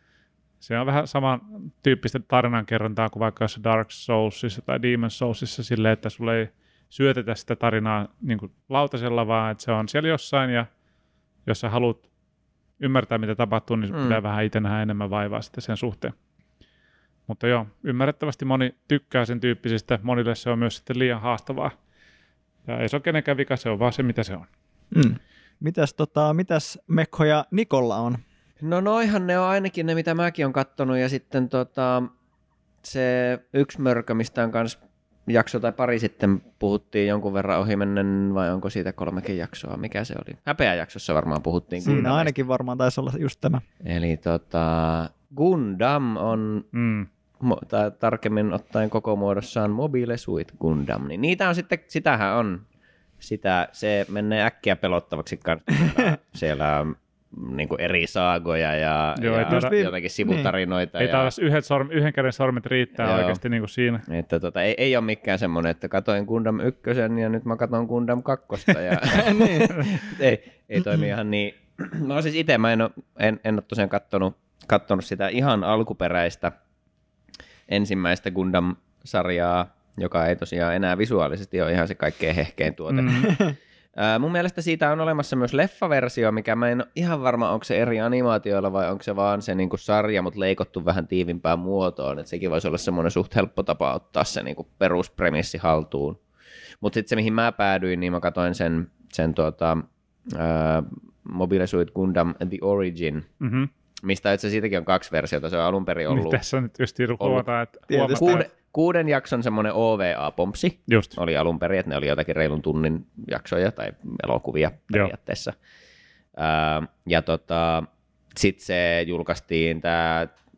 S2: Se on vähän saman tyyppistä tarinankerrontaa kuin vaikka jossain Dark Soulsissa tai Demon Soulsissa silleen, että sulle ei syötetä sitä tarinaa niin kuin lautasella, vaan että se on siellä jossain ja jos sä haluat ymmärtää, mitä tapahtuu, niin mm. pitää vähän itse nähdä enemmän vaivaa sitten sen suhteen. Mutta joo, ymmärrettävästi moni tykkää sen tyyppisistä, monille se on myös sitten liian haastavaa. Ja ei se ole kenenkään vika, se on vaan se, mitä se on.
S3: Mm. Mitäs, tota, mitäs Mekho ja Nikolla on?
S1: No noihan ne on ainakin ne, mitä mäkin on kattonut, ja sitten tota, se yksi mörkö, mistä on kans jakso tai pari sitten puhuttiin jonkun verran ohimennen, vai onko siitä kolmekin jaksoa, mikä se oli? Häpeäjaksossa varmaan puhuttiin.
S3: Siinä
S1: Gundamista.
S3: ainakin varmaan taisi olla just tämä.
S1: Eli tota, Gundam on,
S2: Mm.
S1: mo- tai tarkemmin ottaen koko muodossaan Mobile Suit Gundam, niin niitä on sitten, sitähän on, sitä, se menee äkkiä pelottavaksi kanssa, siellä, siellä on niin kuin eri saagoja ja,
S2: Joo,
S1: ja
S2: ei taida-
S1: jotakin sivutarinoita.
S2: Ei
S1: ja,
S2: taas yhden, sorm, yhden käden sormet riittää
S1: Joo.
S2: oikeasti niin kuin siinä.
S1: että tota, ei, ei ole mikään semmoinen, että katoin Gundam ykkösen ja nyt mä katon Gundam kakkosta. Ja
S3: Niin.
S1: ei, ei toimi ihan niin. Mä oon siis itse, mä en ole, en, en ole tosiaan kattonut, kattonut sitä ihan alkuperäistä ensimmäistä Gundam-sarjaa, joka ei tosiaan enää visuaalisesti ole ihan se kaikkein hehkein tuote.
S2: Mm.
S1: Ää, mun mielestä siitä on olemassa myös leffaversio, mikä mä en ole ihan varma, onko se eri animaatioilla vai onko se vaan se niin kuin sarja, mutta leikottu vähän tiivimpään muotoon. Et sekin voisi olla semmoinen suht helppo tapa ottaa se niin kuin peruspremissi haltuun. Mutta sitten se, mihin mä päädyin, niin mä katsoin sen, sen tuota, ää, Mobile Suit Gundam The Origin,
S2: Mm-hmm.
S1: mistä itse siitäkin on kaksi versiota. Se on alun perin ollut
S2: Niin tässä nyt just huomataan, että
S3: Tietysti.
S2: huomataan,
S1: kuuden, kuuden jakson semmoinen O V A-pompsi.
S2: just.
S1: Oli alun perin, että ne oli jotakin reilun tunnin jaksoja tai elokuvia periaatteessa. Ää, ja tota, sitten se julkaistiin tämä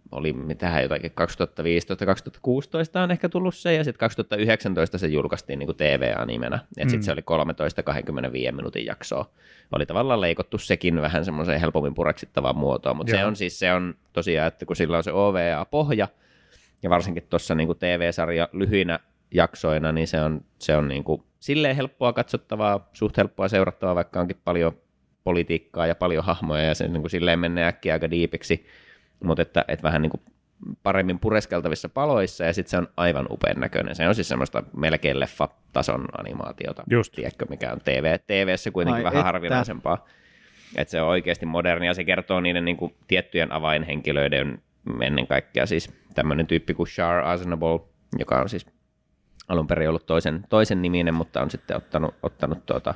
S1: oli mitähän jotakin kaksituhattaviisitoista kaksituhattakuusitoista on ehkä tullut se, ja sitten kaksituhattayhdeksäntoista se julkaistiin niin kuin T V-animena, että mm. sitten se oli kolmetoista kaksikymmentäviisi minuutin jaksoa. Oli tavallaan leikottu sekin vähän semmoiseen helpommin pureksittavaan muotoon, mutta se on siis se on tosiaan, että kun sillä on se O V A-pohja, ja varsinkin tuossa niin kuin T V-sarja lyhyinä jaksoina, niin se on, se on niin kuin silleen helppoa katsottavaa, suht helppoa seurattavaa, vaikka onkin paljon politiikkaa ja paljon hahmoja, ja se niin kuin silleen menee äkkiä aika diipiksi, mutta että, että vähän niin kuin paremmin pureskeltavissa paloissa, ja sitten se on aivan upean näköinen. Se on siis semmoista melkein leffa-tason animaatiota,
S2: Just.
S1: tiedätkö, mikä on T V, T V:ssä kuitenkin
S3: Ai
S1: vähän
S3: että.
S1: harvinaisempaa. Että se on oikeasti moderni, ja se kertoo niiden niin kuin tiettyjen avainhenkilöiden ennen kaikkea siis tämmöinen tyyppi kuin Char Aznavour, joka on siis alun perin ollut toisen, toisen niminen, mutta on sitten ottanut, ottanut, tuota,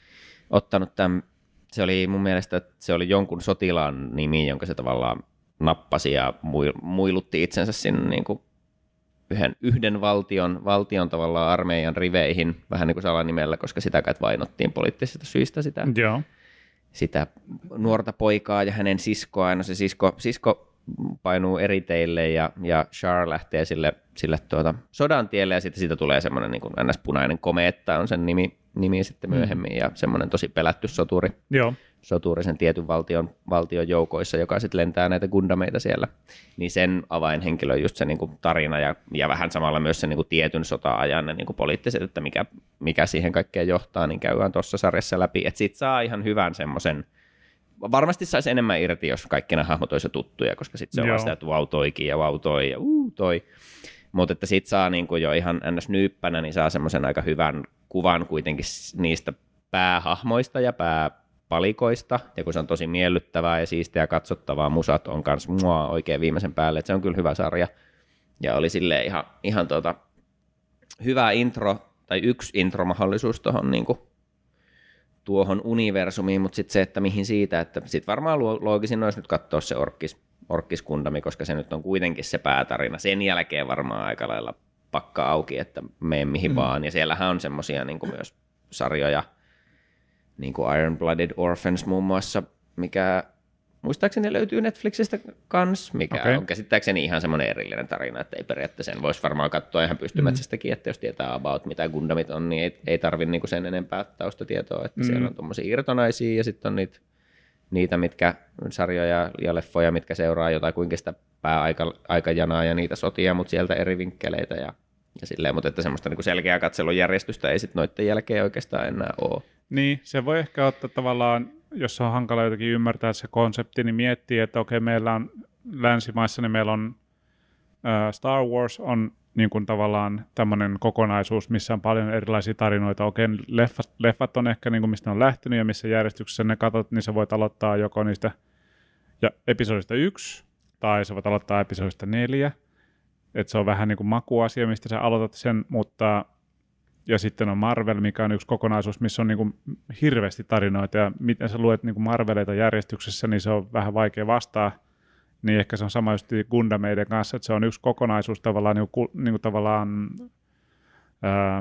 S1: ottanut tämän, se oli mun mielestä, että se oli jonkun sotilaan nimi, jonka se tavallaan nappasi ja muilutti itsensä sinne niin kuin yhden, yhden valtion, valtion tavallaan armeijan riveihin, vähän niin kuin salanimellä, koska sitä kai vainottiin poliittisista syistä sitä,
S2: Joo.
S1: sitä nuorta poikaa ja hänen siskoaan. No se sisko, sisko painuu eri teille ja, ja Char lähtee sille, sille tuota sodan tielle ja sitten siitä tulee semmoinen niin kuin ns. Punainen komeetta on sen nimi, nimi sitten myöhemmin ja semmoinen tosi pelätty soturi.
S2: Joo.
S1: Soturi sen tietyn valtion, valtion joukoissa, joka sitten lentää näitä Gundameita siellä, niin sen avainhenkilö on just se niin kuin tarina ja, ja vähän samalla myös se niin kuin tietyn sota-ajan ne niin kuin poliittiset, että mikä, mikä siihen kaikkeen johtaa, niin käydään tuossa sarjassa läpi, että siitä saa ihan hyvän semmoisen, varmasti saisi enemmän irti, jos kaikki nämä hahmot olisi tuttuja, koska sitten se on vaan sitä, että vau toikin ja vau toi ja uu toi, mutta että sitten saa niin kuin jo ihan ns. Nyyppänä, niin saa semmoisen aika hyvän kuvan kuitenkin niistä päähahmoista ja pää palikoista, ja kun se on tosi miellyttävää ja siistiä katsottavaa, musat on kans mua oikein viimeisen päälle, että se on kyllä hyvä sarja, ja oli silleen ihan, ihan tuota, hyvä intro, tai yksi intromahdollisuus tuohon niin kuin, tuohon universumiin, mutta sitten se, että mihin siitä, että sitten varmaan loogisin olisi nyt katsoa se Orkkis, Orkkis-Gundami, koska se nyt on kuitenkin se päätarina, sen jälkeen varmaan aika lailla pakka auki, että mene mihin mm. vaan, ja siellähän on semmoisia niin kuin myös sarjoja, niin kuin Iron Blooded Orphans muun muassa, mikä muistaakseni löytyy Netflixistä kans, mikä okay. on käsittääkseni ihan semmoinen erillinen tarina, että ei periaatteessa sen voisi varmaan katsoa ihan pystymetsästäkin, mm. että jos tietää about mitä Gundamit on, niin ei, ei tarvitse niinku sen enenempää taustatietoa, että mm. siellä on tuommoisia irtonaisia ja sitten on niitä, niitä mitkä sarjoja ja leffoja, mitkä seuraa jotakuinkin sitä pääaikajanaa ja niitä sotia, mutta sieltä eri vinkkeleitä ja, ja silleen, mutta että semmoista niinku selkeää katselujärjestystä ei sitten noiden jälkeen oikeastaan enää ole.
S2: Niin, se voi ehkä ottaa tavallaan, jos on hankala jotenkin ymmärtää se konsepti, niin miettii, että okei, meillä on länsimaissa, niin meillä on äh, Star Wars on niin kuin tavallaan tämmöinen kokonaisuus, missä on paljon erilaisia tarinoita. Okei, leffat, leffat on ehkä niin kuin mistä ne on lähtenyt ja missä järjestyksessä ne katsot, niin sä voit aloittaa joko niistä ja episodista yksi, tai sä voit aloittaa episodista neljä. Että se on vähän niin kuin makuasia, mistä sä aloitat sen, mutta ja sitten on Marvel, mikä on yksi kokonaisuus, missä on niin kuin hirveästi tarinoita, ja miten sä luet niin kuin Marveleita järjestyksessä, niin se on vähän vaikea vastaa. Niin ehkä se on sama just Gundameiden kanssa, että se on yksi kokonaisuus tavallaan, niin kuin, niin kuin tavallaan ää,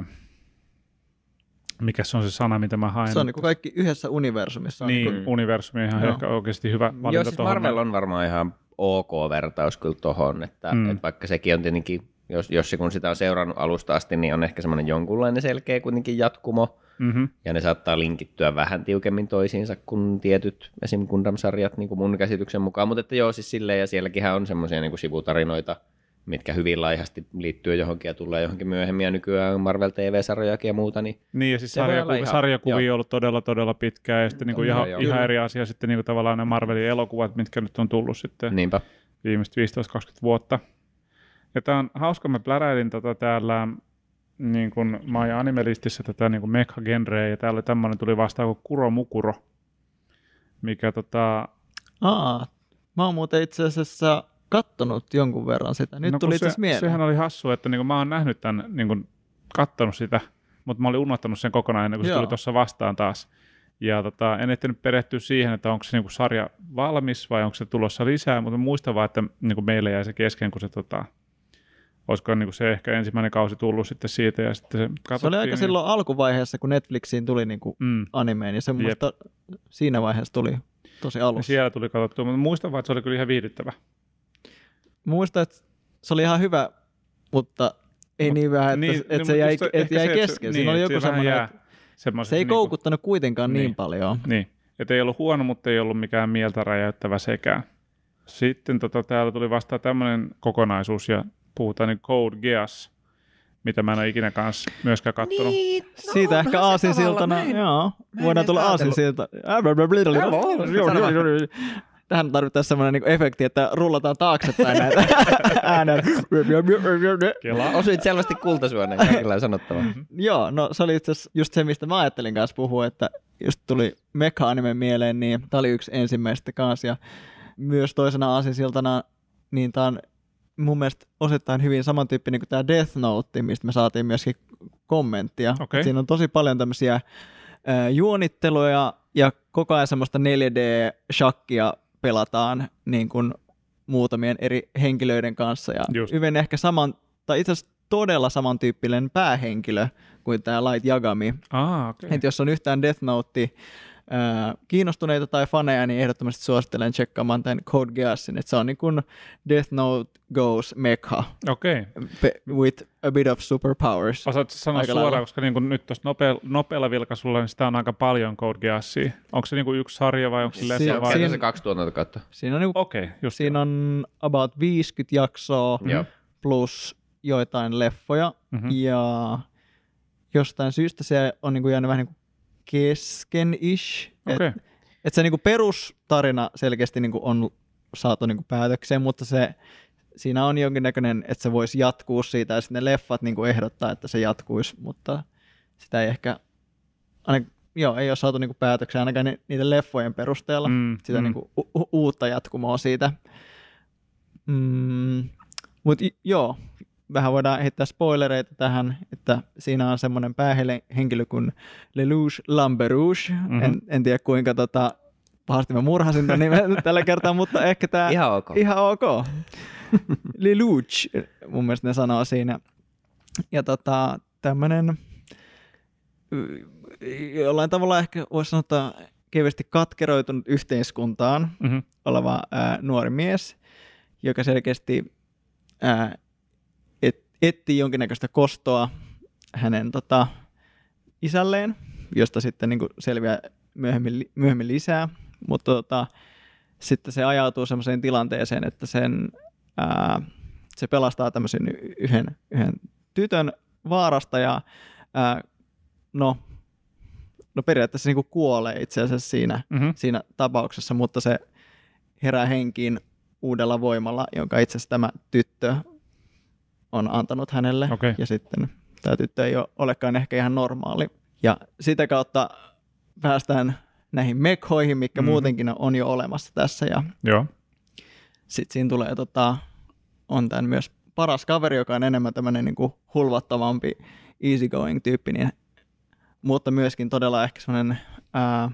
S2: mikä se on se sana, mitä mä haen?
S3: Se on niin kuin kaikki yhdessä universumissa.
S2: Niin, niin universumi on ihan no. ehkä oikeasti hyvä valinta.
S1: Joo, siis Marvel on varmaan ihan ok-vertaus kyllä tohon, että, mm. että vaikka sekin on tietenkin, jos, jos kun sitä on seurannut alusta asti, niin on ehkä semmoinen jonkunlainen selkeä kuitenkin jatkumo, mm-hmm. ja ne saattaa linkittyä vähän tiukemmin toisiinsa kuin tietyt esim. Gundam-sarjat niin kuin mun käsityksen mukaan, mutta että joo, siis silleen, ja sielläkinhän on semmoisia niin kuin sivutarinoita, mitkä hyvin laihasti liittyy johonkin ja tulee johonkin myöhemmin, ja nykyään Marvel T V-sarjojakin ja muuta. Niin,
S2: niin ja siis sarjakuvi, ihan, sarjakuvia on ollut todella, todella pitkään, ja sitten niin kuin ihan, ihan eri asia sitten niin kuin tavallaan nämä Marvelin elokuvat, mitkä nyt on tullut sitten Niinpä. viimeiset viisitoista kaksikymmentä vuotta. Ja tämä on hauska, mä pläräilin tätä täällä niin kuin My Animalistissa tätä niin kuin mecha-genreä, ja täällä tämmöinen tuli vastaan kuin Kuro Mukuro, mikä tota...
S3: Aa, mä oon muuten itse asiassa kattonut jonkun verran sitä. Nyt no, tuli itse asiassa mieleen.
S2: Sehän oli hassua, että niin kuin mä oon nähnyt tämän, niin kuin kattonut sitä, mutta mä olin unohtanut sen kokonaan ennen kuin se tuli tuossa vastaan taas. Ja tota, en ehtinyt perehtyä siihen, että onko se niin kuin sarja valmis vai onko se tulossa lisää, mutta muistan vaan, että niin kuin meille jäi se kesken, kun se tota, olisiko niin kuin se ehkä ensimmäinen kausi tullut sitten siitä. Ja sitten se,
S3: se oli aika niin... silloin alkuvaiheessa, kun Netflixiin tuli niin kuin mm. animeen, ja semmoista siinä vaiheessa tuli tosi alussa.
S2: Ja siellä tuli katsottua, mutta muistan vaan, että se oli kyllä ihan viihdyttävä.
S3: muistan, että se oli ihan hyvä, mutta ei Mut, niin vähän, että,
S2: niin,
S3: että
S2: niin,
S3: se jäi,
S2: se,
S3: että jäi
S2: se,
S3: kesken.
S2: Niin,
S3: Siinä oli joku semmoinen,
S2: jää,
S3: se ei
S2: niin
S3: koukuttanut kuitenkaan niin,
S2: niin
S3: paljon.
S2: Niin, että ei ollut huono, mutta ei ollut mikään mieltä räjäyttävä sekään. Sitten tota, täällä tuli vastaan tämmöinen kokonaisuus ja puhutaan niin Code Geass, mitä mä en ole ikinä kanssa myöskään kattonut.
S1: Niin, no,
S3: siitä ehkä aasinsiltana, joo, voidaan tulla aasinsilta. Tähän tarvittaisiin semmoinen niinku efekti, että rullataan taaksepäin näitä äänen.
S1: Osuit selvästi kultasuoneen, kaikilla on sanottavaa.
S3: Joo, no se oli itse asiassa just se, mistä mä ajattelin kanssa puhua, että just tuli Mecha-anime mieleen, niin tää oli yksi ensimmäistä kanssa. Ja myös toisena aasinsiltana, niin tää on mun mielestä osittain hyvin samantyyppinen kuin tää Death Note, mistä me saatiin myöskin kommenttia.
S2: Okay.
S3: Siinä on tosi paljon tämmöisiä äh, juonitteluja ja koko ajan semmoista neljä D-shakkia pelataan niin kuin muutamien eri henkilöiden kanssa. Ja
S2: Just.
S3: hyvin ehkä saman, tai itse asiassa todella samantyyppinen päähenkilö kuin tämä Light Yagami.
S2: Ah, okay.
S3: Et jos on yhtään Death Note ää, kiinnostuneita tai faneja, niin ehdottomasti suosittelen tsekkaamaan tämän Code Geassin. Et se on niin kuin Death Note goes mecha
S2: Okay.
S3: with a bit of superpowers.
S2: Osaatko sanoa
S3: Aika
S2: suoraan,
S3: lailla.
S2: koska niin kuin nyt tuossa nopea, nopealla vilkaisulla, niin sitä on aika paljon Code Geassia. Onko se niin kuin yksi sarja vai onko se
S3: Si-
S2: leffa
S1: Se on
S2: vai?
S3: siinä-
S1: se kaksi tuotantokautta.
S3: Siinä on, niin kuin,
S2: Okei, okay, just
S3: siinä on about viisikymmentä jaksoa
S1: Joo.
S3: plus joitain leffoja.
S2: mm-hmm.
S3: Ja jostain syystä se on niin kuin jäänyt vähän niin kuin kesken-ish.
S2: Okei.
S3: Et, et se niin kuin perustarina selkeästi niin kuin on saatu niin kuin päätökseen, mutta se, siinä on jonkinnäköinen, että se voisi jatkuu siitä, ja sitten ne leffat niin kuin ehdottaa, että se jatkuisi, mutta sitä ei ehkä, ainakin, joo, ei ole saatu niin kuin päätökseen ainakaan ni, niiden leffojen perusteella,
S2: Mm,
S3: sitä
S2: mm.
S3: niin kuin u- uutta jatkumoa siitä. Mm, mutta joo, vähän voidaan heittää spoilereita tähän, että siinä on semmoinen päähenkilö kuin Lelouch Lamberouche.
S2: Mm-hmm.
S3: En, en tiedä kuinka tota, pahasti mä murhasin tämän nimen tällä kertaa, mutta ehkä tämä
S1: Ihan ok.
S3: ihan ok. Lelouch, mun mielestä ne sanoo siinä. Ja tota, tämmöinen jollain tavalla ehkä voisi sanoa kevyesti katkeroitunut yhteiskuntaan
S2: Mm-hmm.
S3: oleva ää, nuori mies, joka selkeästi ää, et, etsii jonkinnäköistä kostoa hänen tota, isälleen, josta sitten niin kuin selviää myöhemmin, myöhemmin lisää, mutta tota, sitten se ajautuu sellaiseen tilanteeseen, että sen, ää, se pelastaa tämmöisen yhden, yhden tytön vaarasta ja ää, no, no periaatteessa niin kuin kuolee itse asiassa siinä,
S2: Mm-hmm.
S3: siinä tapauksessa, mutta se herää henkiin uudella voimalla, jonka itse asiassa tämä tyttö on antanut hänelle.
S2: Okay.
S3: Ja sitten tämä tyttö ei ole, olekaan ehkä ihan normaali. Ja sitä kautta päästään näihin mekhoihin, mikä
S2: Mm-hmm.
S3: muutenkin on jo olemassa tässä. Ja
S2: Joo.
S3: sitten siinä tulee, tota, on tämän myös paras kaveri, joka on enemmän tämmöinen niin kuin hulvattavampi, easygoing tyyppi, niin, mutta myöskin todella ehkä semmoinen ää,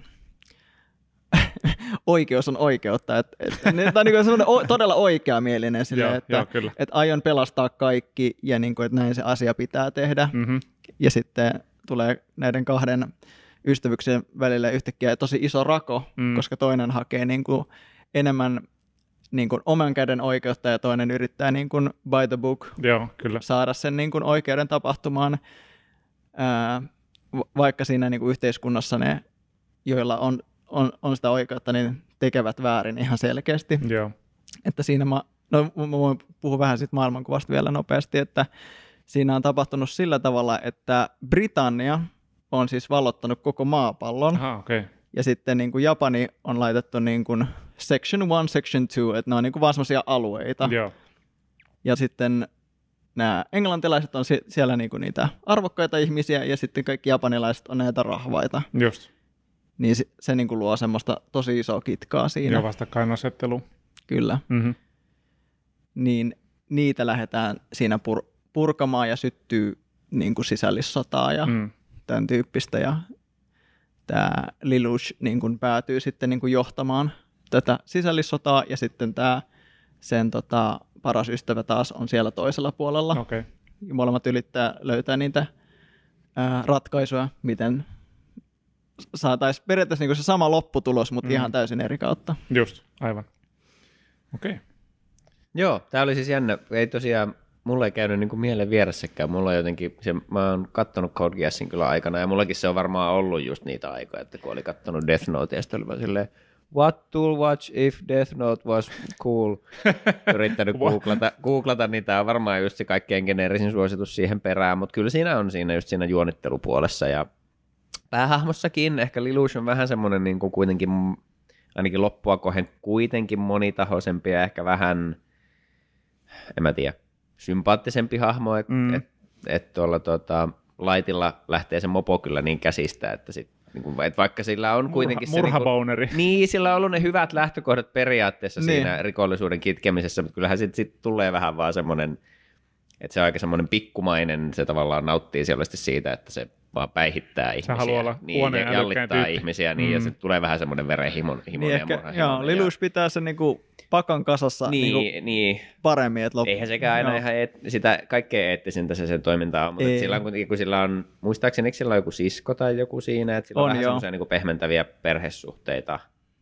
S3: oikeus on oikeutta. Et, et, tämä on niin semmoinen o, todella oikeamielinen sille,
S2: Joo,
S3: että
S2: joo, kyllä.
S3: et aion pelastaa kaikki ja niin kuin, että näin se asia pitää tehdä.
S2: Mm-hmm.
S3: Ja sitten tulee näiden kahden ystävyksen välille yhtäkkiä tosi iso rako,
S2: Mm.
S3: koska toinen hakee niin kuin enemmän niin kuin oman käden oikeutta ja toinen yrittää niin kuin by the book
S2: Joo, kyllä.
S3: saada sen niin kuin oikeuden tapahtumaan, ää, va- vaikka siinä niin kuin yhteiskunnassa ne, joilla on, on, on sitä oikeutta, niin tekevät väärin ihan selkeästi.
S2: Joo.
S3: Että siinä mä, no mä voin puhua vähän siitä maailmankuvasta vielä nopeasti, että siinä on tapahtunut sillä tavalla, että Britannia on siis vallottanut koko maapallon,
S2: Aha, okei. Okay.
S3: ja sitten niin kuin Japani on laitettu niin kuin section one, section two, että ne on niin kuin vaan semmoisia alueita.
S2: Joo.
S3: Ja sitten nämä englantilaiset on si- siellä niinku niitä arvokkaita ihmisiä ja sitten kaikki japanilaiset on näitä rahvaita.
S2: Just.
S3: Niin se, se niinku luo semmoista tosi isoa kitkaa siinä.
S2: Joo, vastakkainasettelu.
S3: Kyllä.
S2: Mm-hmm.
S3: Niin niitä lähdetään siinä pur- purkamaan ja syttyy niinku sisällissotaa ja
S2: Mm.
S3: tämän tyyppistä. Ja tämä Lelouch niinku päätyy sitten niinku johtamaan tätä sisällissotaa ja sitten tämä sen tota, paras ystävä taas on siellä toisella puolella.
S2: Okei. Okay.
S3: Molemmat yrittää löytää niitä ää, ratkaisuja, miten saataisiin periaatteessa niinku se sama lopputulos, mutta
S2: Mm.
S3: ihan täysin eri kautta.
S2: Just, aivan. Okei. Okay.
S1: Joo, tää oli siis jännä. Ei tosiaan, mulla ei käynyt niinku mielen vieressäkään. Mulla on jotenkin, se, mä oon kattonut Code Geassin kyllä aikana, ja mullakin se on varmaan ollut just niitä aikoja, että kun oli kattonut Death Note, ja sitten oli vaan silleen, what to watch if Death Note was cool? Yrittänyt googlata, googlata, niin tää on varmaan just se kaikkein geneerisin suositus siihen perään, mutta kyllä siinä on siinä just siinä juonittelupuolessa, ja päähahmossakin ehkä Lelouch on vähän semmoinen niin kuin kuitenkin, ainakin loppua kohden kuitenkin monitahoisempi ja ehkä vähän, en mä tiedä, sympaattisempi hahmo, että mm. et, et tuolla tota, Lightilla lähtee se mopo kyllä niin käsistä, että, sit, niin kuin, et vaikka sillä on kuitenkin
S2: Murha,
S1: se...
S2: Murhabouneri.
S1: Niin, niin, sillä on ollut ne hyvät lähtökohdat periaatteessa niin. Siinä rikollisuuden kitkemisessä, mutta kyllähän sitten sit tulee vähän vaan semmoinen, että se on aika semmoinen pikkumainen, se tavallaan nauttii selvästi siitä, että se vaan päihittää ihmisiä. Se haluaa olla
S2: niin,
S1: ja jallittaa ihmisiä, niin, mm. ja sitten tulee vähän semmoinen verenhimon
S3: niin
S1: ja murha.
S3: Joo, Lelouch pitää sen niinku pakan kasassa niin, niinku
S1: niin.
S3: paremmin. Että lop...
S1: Eihän sekään aina ihan eet, sitä kaikkein eettisintä se sen toiminta on, mutta sillä on kuitenkin, kun sillä on, muistaakseni sillä on joku sisko tai joku siinä, että sillä on, on vähän semmoisia niinku pehmentäviä perhesuhteita.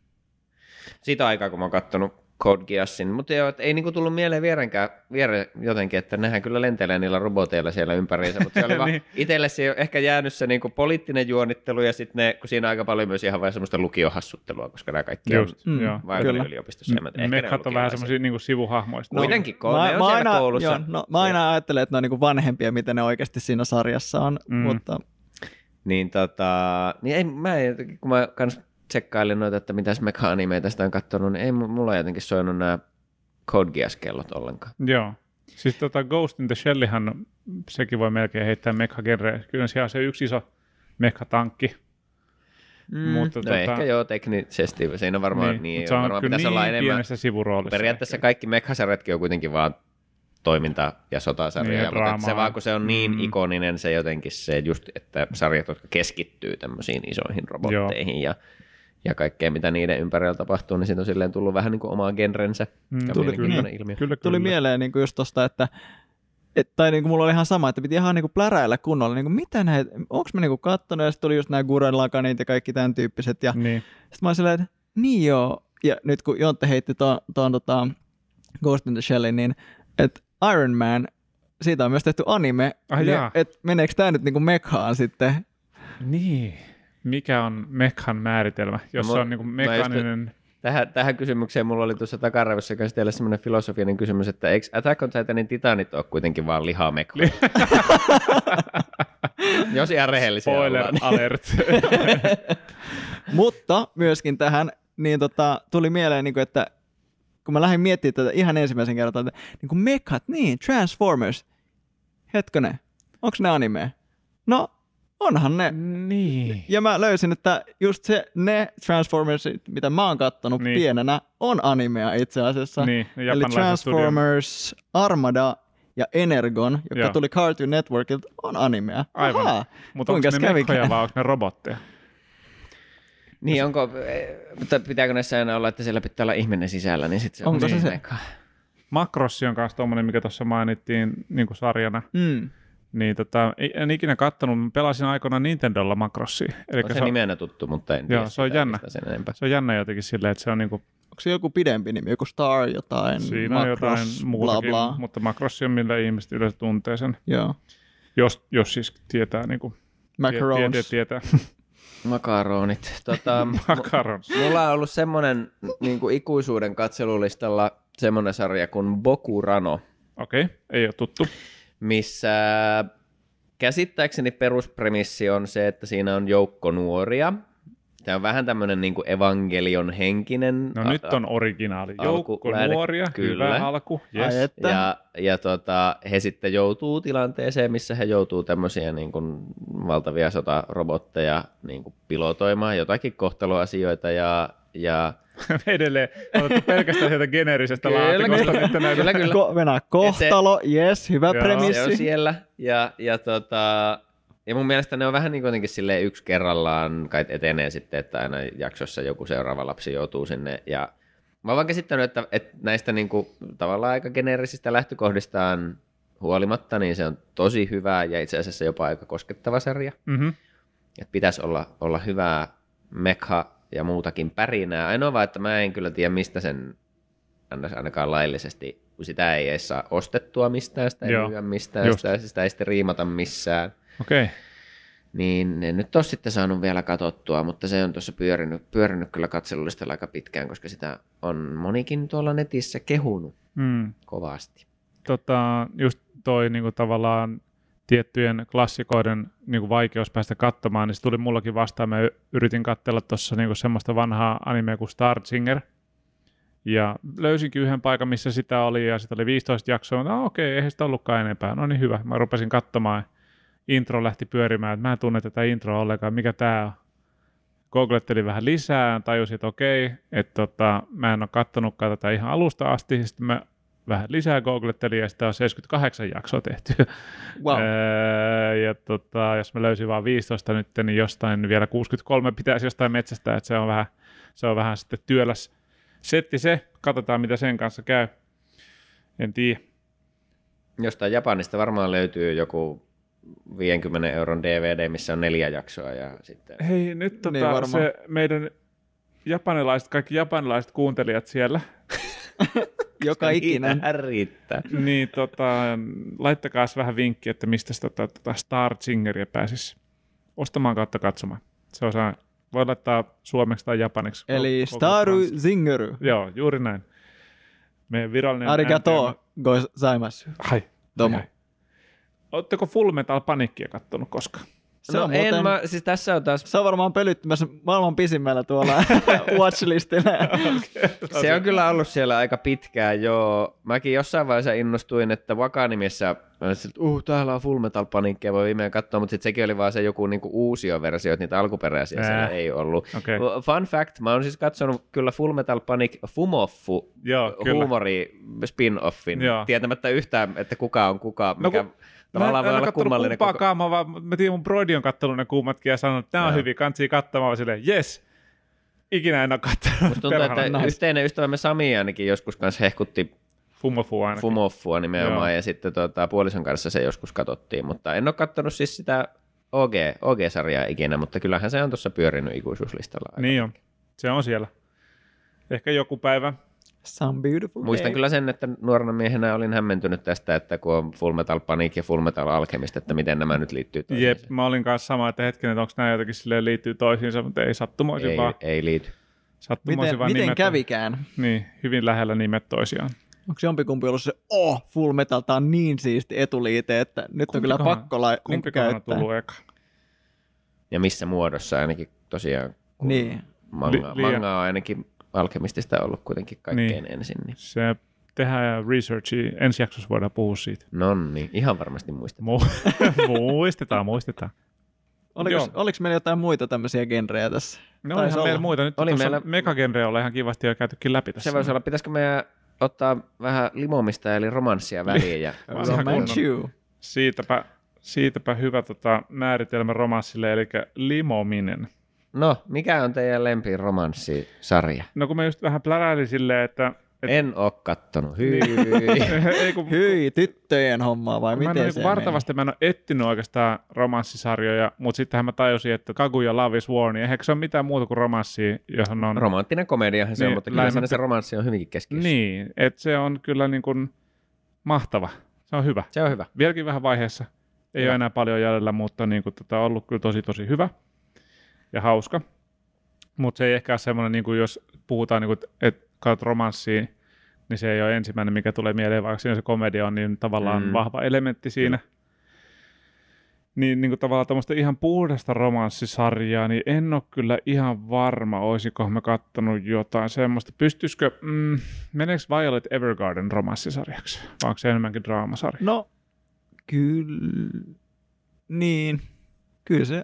S1: Siitä aikaa, kun mä oon kattonut Code Geassin, mutta joo, ei niinku tullut mieleen vierenkään, viere jotenkin, että nehän kyllä lentelee niillä roboteilla siellä ympäriinsä, mutta se oli vaan niin. Itselle se ehkä jäänyt se niinku poliittinen juonittelu ja sitten ne, kun siinä on aika paljon myös ihan vain semmoista lukiohassuttelua, koska nämä kaikki
S2: Just,
S1: on
S2: mm,
S1: vain yliopistossa.
S2: Mm, Mekhat on vähän semmoisia niinku sivuhahmoista.
S1: Kuitenkin, kun
S3: no,
S1: ne on
S3: mä
S1: siellä
S3: aina,
S1: koulussa.
S3: Joo, no, mä aina ajattelen, että ne on niinku vanhempia, mitä ne oikeasti siinä sarjassa on, mm. mutta...
S1: Niin tota, niin ei, mä en, kun mä kans tsekkailin noita, että mitäs Mekha-animeita sitä on katsonut, niin ei mulla jotenkin soinut nämä Code Geass-kellot ollenkaan.
S2: Joo. Siis tota Ghost in the Shellihan, sekin voi melkein heittää Mekha-genreä. Kyllä siellä on se yksi iso Mekha-tankki.
S1: Mm, mutta no tota... ehkä joo, teknisesti. Siinä on varmaan niin, niin
S2: se on
S1: varmaan
S2: kyllä
S1: pitäisi
S2: niin
S1: olla enemmän.
S2: Pienessä sivuroolissa.
S1: Periaatteessa
S2: ehkä.
S1: Kaikki Mekha-sarjatkin on kuitenkin vaan toiminta- ja sotasarjoja, niin, mutta se vaan kun se on niin mm. ikoninen se jotenkin se just, että sarjat, jotka keskittyy tämmöisiin isoihin robotteihin joo. ja ja kaikkea, mitä niiden ympärillä tapahtuu, niin siitä on silleen tullut vähän niin kuin omaa genrensä.
S3: Mm, tuli, kyllä, ilmiö. Kyllä, tuli mieleen niin kuin just tosta, että et, tai niin kuin mulla oli ihan sama, että piti ihan niin kuin pläräillä kunnolla, niin kuin mitä näitä, onko mä niin kuin kattonut, ja sitten tuli just nämä Gurren Lagannit ja kaikki tämän tyyppiset, ja niin. Sitten mä olin silleen, että niin joo, ja nyt kun Jontte heitti tuon, tuon tota, Ghost in the Shellin, niin että Iron Man, siitä on myös tehty anime,
S2: ah,
S3: niin, että meneekö tämä nyt niin kuin Mekhaan sitten?
S2: Niin. Mikä on Mekhan määritelmä, jos no, se on niin kuin mekaaninen...
S1: Tähän, tähän kysymykseen mulla oli tuossa takaraivossa kanssa teille semmoinen filosofinen kysymys, että eikö Attack on Titanin titanit ole kuitenkin vaan lihaa mekkoja? Jos ihan rehellisiä
S2: Spoiler
S1: ollaan.
S2: alert.
S3: Mutta myöskin tähän niin tota, tuli mieleen, niin kuin, että kun mä lähdin miettimään tätä ihan ensimmäisen kerran, että niin kuin Mekhat, niin, Transformers, hetkonen, onko ne anime? No, onhan ne.
S2: Niin.
S3: Ja mä löysin, että just se, ne Transformersit, mitä mä oon kattonut niin. pienenä, on animea itse asiassa.
S2: Niin,
S3: eli Transformers, studio. Armada ja Energon, joka Joo. tuli Cartoon Networkilta, on animea.
S2: Aivan. Aha, mutta onko ne mekkoja vai onko ne robotteja?
S1: Niin, onko, mutta pitääkö näissä aina olla, että siellä pitää olla ihminen sisällä, niin sitten se
S3: onko
S1: on
S3: se se?
S2: Macrossi on kanssa tommonen, mikä tuossa mainittiin niin kuin sarjana.
S3: Mm.
S2: Niin tota, en ikinä kattonut, mä pelasin aikoinaan Nintendolla Macrossia.
S1: On se, se nimenä tuttu, mutta en
S2: tiedä. Joo, se on jännä.
S1: Sen enempää.
S2: Se on jännä jotenkin silleen, että se on niinku...
S3: Onko se joku pidempi nimi, joku Star jotain,
S2: Siinä
S3: Macross,
S2: on jotain muutakin,
S3: bla bla.
S2: Mutta Macrossi on millä ihmiset yleensä tuntee sen.
S3: Joo.
S2: Jos, jos siis tietää niinku...
S3: Macarons.
S2: Tie, tie, tietää.
S1: Makaronit. Tota,
S2: Macarons.
S1: Mulla on ollut semmoinen niin kuin ikuisuuden katselulistalla semmoinen sarja kuin Bokurano.
S2: Okei, okay, ei ole tuttu.
S1: Missä käsittääkseni peruspremissi on se, että siinä on joukko nuoria. Tämä on vähän tämmöinen niin kuin evangelion henkinen.
S2: No a- nyt on originaali. Joukko nuoria,
S1: kyllä.
S2: Hyvä alku. Yes.
S1: Ja, ja tota, he sitten joutuu tilanteeseen, missä he joutuu tämmöisiä niin kuin valtavia sotarobotteja niin kuin pilotoimaan, jotakin kohtaloasioita ja... ja
S2: edelleen otettu pelkästään sieltä geneerisestä laatikosta.
S1: Kyllä, kyllä. kyllä.
S3: Ko- Venä, kohtalo, jes, hyvä
S2: Joo.
S3: premissi.
S1: Se on siellä. Ja, ja, tota, ja mun mielestä ne on vähän niin kuitenkin silleen yksi kerrallaan, kai etenee sitten, että aina jaksossa joku seuraava lapsi joutuu sinne. Ja mä oon vaan käsittänyt, että, että näistä niin kuin, tavallaan aika geneerisistä lähtökohdistaan huolimatta, niin se on tosi hyvä ja itse asiassa jopa aika koskettava sarja.
S2: Mm-hmm.
S1: Että pitäisi olla, olla hyvää mekha ja muutakin pärinää. Ainoa vaan, että mä en kyllä tiedä, mistä sen ainakaan laillisesti, kun sitä ei edes saa ostettua mistään, sitä ei
S2: Joo,
S1: myyä mistään,
S2: just.
S1: sitä, sitä ei sitten riimata missään.
S2: Okei. Okay.
S1: Niin en nyt ole sitten saanut vielä katsottua, mutta se on tuossa pyörinyt, pyörinyt kyllä katselulistalla aika pitkään, koska sitä on monikin tuolla netissä kehunut
S2: Mm.
S1: kovasti.
S2: Tota, just toi niinku tavallaan tiettyjen klassikoiden niinku vaikeus päästä katsomaan, niin se tuli mullakin vastaan. Mä yritin katsella tuossa niinku semmoista vanhaa animea kuin Star Singer. Ja löysinkin yhden paikan, missä sitä oli, ja sitten oli viisitoista jaksoa, mutta no, okei, eihän sitä ollutkaan enempää. No niin hyvä. Mä rupesin katsomaan, intro lähti pyörimään, että mä en tunne tätä introa ollenkaan, mikä tää on. Googlettelin vähän lisää, tajusin, että okei, että tota, mä en ole kattonutkaan tätä ihan alusta asti, sitten mä vähän lisää googlettelin, ja sitä on seitsemänkymmentäkahdeksan jaksoa tehty.
S3: Wow.
S2: Öö, ja tota, jos mä löysin vaan viisitoista nyt, niin jostain vielä kuusikymmentäkolme pitäisi jostain metsästä, että se on vähän, se on vähän sitten työläs setti se. Katsotaan, mitä sen kanssa käy. En tiedä.
S1: Jostain Japanista varmaan löytyy joku viidenkymmenen euron D V D, missä on neljä jaksoa. Ja sitten...
S2: Hei, nyt tota,
S3: Niin
S2: se meidän japanilaiset, kaikki japanilaiset kuuntelijat siellä,
S3: Joka ikinen.
S1: Niitä riittää.
S2: niin tota, laittakaa vähän vinkki, että mistä tota, tota Star Singeria pääsisi ostamaan kautta katsomaan. Se osaa, voi laittaa suomeksi tai japaniksi.
S3: Eli
S2: Koko
S3: Staru
S2: fransi.
S3: Zingeru.
S2: Joo, juuri näin. Meidän virallinen
S3: Arigato gozaimasu.
S2: Ai,
S3: Domo.
S2: ai, ai. Oletteko Full Metal Panickia kattonut koskaan?
S3: Se
S1: no
S3: on
S1: en
S3: muuten-
S1: mä, siis tässä on taas,
S3: Se on varmaan pölyttymässä maailman pisimmällä tuolla watchlistillä.
S1: se on kyllä ollut siellä aika pitkään, joo. Mäkin jossain vaiheessa innostuin, että Waka-nimissä, mä olin, että uh, täällä on Full Metal Panickia, voi viimein katsoa, mutta sitten sekin oli vaan se joku niinku uusioversio, että niitä alkuperäisiä
S2: Ää.
S1: siellä ei ollut.
S2: Okei.
S1: Fun fact, mä oon siis katsonut kyllä Full Metal Panic Fumoffu
S2: Joo, kyllä.
S1: huumori spin-offin,
S2: Joo.
S1: tietämättä yhtään, että kuka on kuka,
S2: No
S1: mikä
S2: kun-
S1: tavallaan voi olla kummallinen koko...
S2: kumpaakaan, mä, vaan, mä tiedän, mun broidi on kattonut ne kummatkin ja sanonut, että nämä on
S1: Joo.
S2: hyviä, kantsii katsomaan, silleen, jes, ikinä en ole kattonut.
S1: Musta tuntuu, että
S2: Perhana.
S1: yhteinen ystävämme Sami ainakin joskus kanssa hehkutti
S2: Fumofu ainakin.
S1: Fumoffua nimenomaan,
S2: Joo.
S1: ja sitten tuota, puolison kanssa se joskus katsottiin, mutta en ole kattonut siis sitä O G, O G-sarjaa ikinä, mutta kyllähän se on tuossa pyörinyt ikuisuuslistalla. aika
S2: Niin on, se on siellä. Ehkä joku päivä.
S3: Some beautiful
S1: Muistan
S3: day.
S1: kyllä sen, että nuorena miehenä olin hämmentynyt tästä, että kun on Full Metal Panic ja Full Metal Alchemist, että miten nämä nyt liittyy toisiinsa.
S2: Jep, mä olin kanssa sama, että hetken, että onko nämä jotenkin silleen liittyy toisiinsa, mutta ei sattumoisin
S1: Ei,
S2: vaan.
S1: ei liity.
S2: Sattumoisin
S3: Miten,
S2: vaan
S3: miten
S2: nimet,
S3: kävikään?
S2: Niin, hyvin lähellä nimet toisiaan.
S3: Onko jompikumpi ollut se, oh, Full Metal, tää on niin siisti etuliite, että nyt on kyllä
S2: Kumpikohan-
S3: pakko lai, niin
S2: Kumpikohan on
S3: käyttää.
S2: tullut eka?
S1: Ja missä muodossa ainakin tosiaan, kun
S3: Niin.
S1: manga,
S2: Li- liian-
S1: manga on ainakin Alchemistista ollut kuitenkin kaikkein
S2: Niin.
S1: ensin. Niin.
S2: Se tehdään researchia, ensi jaksossa voidaan puhua siitä.
S1: No niin, ihan varmasti muistat.
S2: Mu- muistetaan, muistetaan.
S3: Oliko,
S2: Joo.
S3: oliko meillä jotain muita tämmöisiä genrejä tässä?
S2: No
S3: Taisi
S2: olihan meillä
S3: olla.
S2: muita. Nyt
S1: Oli
S2: oli meillä...
S1: meillä-
S2: megagenreä olla ihan kivasti jo käytykin läpi tässä.
S1: Se voisi olla, pitäisikö meidän ottaa vähän limomista eli romanssia väliin. Ja
S2: Vanha
S3: Romanchu.
S2: Siitäpä, siitäpä hyvä tota, määritelmä romanssille, eli limominen.
S1: No, mikä on teidän lempi romanssisarja?
S2: No kun mä just vähän pläräilin silleen, että... Et,
S1: En oo kattonut. Hyi.
S2: ei, kun,
S3: Hyi, tyttöjen hommaa vai
S2: mä en
S3: miten
S2: ole
S3: se
S2: niin vartavasti mä en ole etsinyt oikeastaan romanssisarjoja, mutta sittenhän mä tajusin, että Kaguya Love is War, niin eihän se ole mitään muuta kuin romanssia, johon on...
S1: Romanttinen komediahan se on,
S2: Niin,
S1: mutta kyllä
S2: lähinnä
S1: siinä se
S2: pe-
S1: romanssi on hyvinkin keskiössä.
S2: Niin, että se on kyllä niin kuin mahtava. Se on hyvä.
S1: Se on hyvä.
S2: Vieläkin vähän vaiheessa. Ei
S1: Hyvä.
S2: ole enää paljon jäljellä, mutta niin kuin, tota, ollut kyllä tosi tosi hyvä ja hauska. Mutta se ei ehkä ole semmoinen, niin kuin jos puhutaan, niin kuin, että katsot romanssia, niin se ei ole ensimmäinen, mikä tulee mieleen, vaikka siinä se komedia on niin tavallaan
S1: Mm.
S2: vahva elementti siinä. Niin, niin kuin tavallaan tämmöistä ihan puhdasta romanssisarjaa, niin en ole kyllä ihan varma, olisiko mä kattonut jotain semmoista. Pystyisikö, mm, meneekö Violet Evergarden romanssisarjaksi? Vai onko se enemmänkin draamasarja?
S3: No, kyllä. Niin. Kyllä se.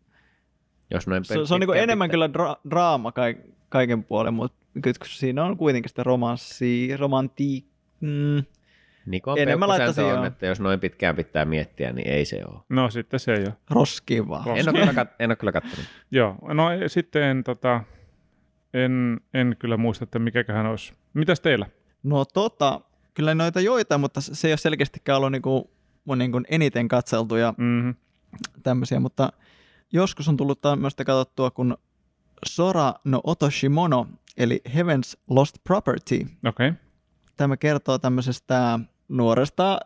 S1: Jos noin
S3: Se, se on niinku enemmän kyllä dra- draama kaik, kaiken puolen, mutta kyllä siinä on kuitenkin sitä romanssia, romantiik... Mm.
S1: Nikon
S3: enemmän
S1: peukkosääntö
S3: laittaisin
S1: on,
S3: joo.
S1: että jos noin pitkään pitää miettiä, niin ei se ole.
S2: No sitten se ei ole.
S3: Roskiva.
S2: Ros-
S1: En ole kyllä, kat- en ole kyllä kattonut.
S2: Joo, no e- sitten en, tota, en, en kyllä muista, että mikäköhän olisi. Mitäs teillä?
S3: No tota, kyllä noita joita, mutta se ei ole selkeästikään ollut niinku, mun niinku eniten katseltuja
S2: Mm-hmm.
S3: tämmöisiä, mutta joskus on tullut tämmöistä katsottua kuin Sora no Otoshimono, eli Heaven's Lost Property.
S2: Okei. Okay.
S3: tämä kertoo tämmöisestä nuoresta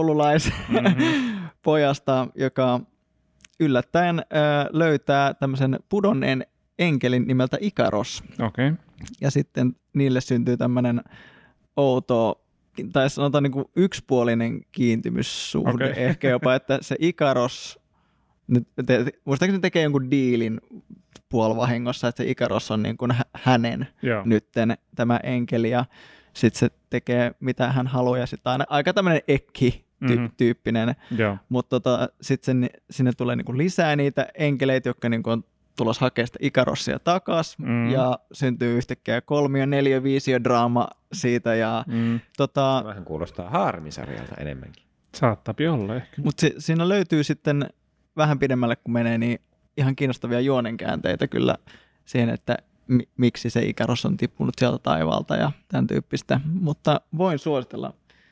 S3: koululaispojasta, mm-hmm. joka yllättäen ö, löytää tämmöisen pudonneen enkelin nimeltä Ikaros.
S2: Okay.
S3: Ja sitten niille syntyy tämmöinen outo, tai sanotaan niin kuin yksipuolinen kiintymyssuhde. Okay. Ehkä jopa, että se Ikaros, te, muistaakseni tekee jonkun diilin puolivahingossa, että se Ikaros on niin kuin hänen Joo. nytten tämä enkeli, ja sitten se tekee mitä hän haluaa, ja sitten aina aika tämmöinen ekki-tyyppinen, mm-hmm. mutta tota, sitten sinne tulee niin kuin lisää niitä enkeleitä, jotka niin kuin on tulos hakea sitä Ikarossia takaisin, mm. ja syntyy yhtäkkiä kolmio, neljä, viisio draama siitä. Ja, mm. tota,
S1: vähän kuulostaa Harmi-sarjalta enemmänkin.
S2: Saattaa olla ehkä.
S3: Mutta si- siinä löytyy sitten vähän pidemmälle, kun menee, niin ihan kiinnostavia juonenkäänteitä kyllä siihen, että mi- miksi se Ikaros on tippunut sieltä taivaalta ja tämän tyyppistä. Mutta voin suositella.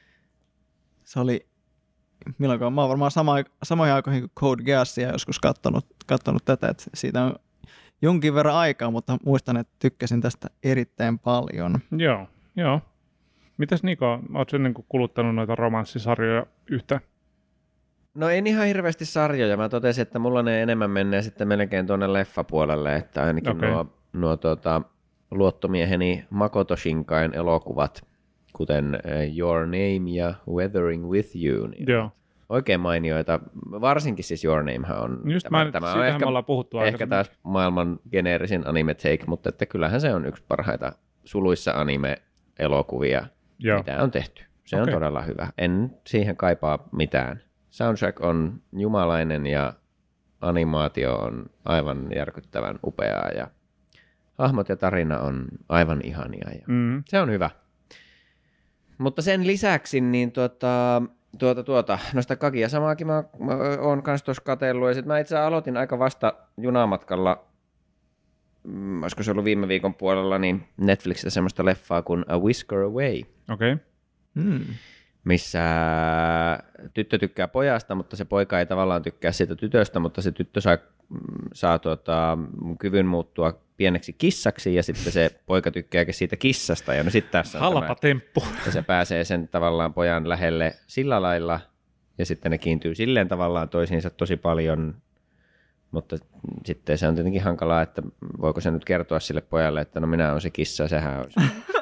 S3: Se oli, milloinkaan, mä oon varmaan sama, samoihin aikoihin kuin Code Geassia joskus kattonut, kattonut tätä, että siitä on jonkin verran aikaa, mutta muistan, että tykkäsin tästä erittäin paljon.
S2: Joo, joo. Mitäs Niko, ootko niin kuin kuluttanut noita romanssisarjoja yhtä?
S1: No en ihan hirveästi sarjoja. Mä totesin, että mulla ne enemmän menee sitten melkein tuonne leffapuolelle, että ainakin okay. nuo, nuo tuota, luottomieheni Makoto Shinkain elokuvat, kuten Your Name ja Weathering with You, niin
S2: Joo.
S1: oikein mainioita. Varsinkin siis Your Namehan on,
S2: Just
S1: tämä,
S2: mä,
S1: tämä on ehkä, ehkä taas maailman geneerisin anime-take, mutta että kyllähän se on yksi parhaita suluissa anime-elokuvia, Joo. mitä on tehty. Se okay. on todella hyvä. En siihen kaipaa mitään. Soundtrack on jumalainen ja animaatio on aivan järkyttävän upeaa ja hahmot ja tarina on aivan ihania. Ja mm. Se on hyvä. Mutta sen lisäksi niin tuota, tuota, tuota, noista Kagia samaakin mä, mä oon kanssa tuossa katsellut. Ja sit mä itse aloitin aika vasta junamatkalla, mm, olisiko se ollut viime viikon puolella, niin Netflixistä semmoista leffaa kuin A Whisker Away.
S2: Okei. Okay.
S3: Mm.
S1: Missä tyttö tykkää pojasta, mutta se poika ei tavallaan tykkää siitä tytöstä, mutta se tyttö saa, saa tuota, kyvyn muuttua pieneksi kissaksi, ja sitten se poika tykkääkin siitä kissasta. Ja no sit tässä on
S2: halpa temppu.
S1: Ja se pääsee sen tavallaan pojan lähelle sillä lailla, ja sitten ne kiintyy silleen tavallaan toisiinsa tosi paljon, mutta sitten se on tietenkin hankalaa, että voiko se nyt kertoa sille pojalle, että no minä olen se kissa, sehän on se.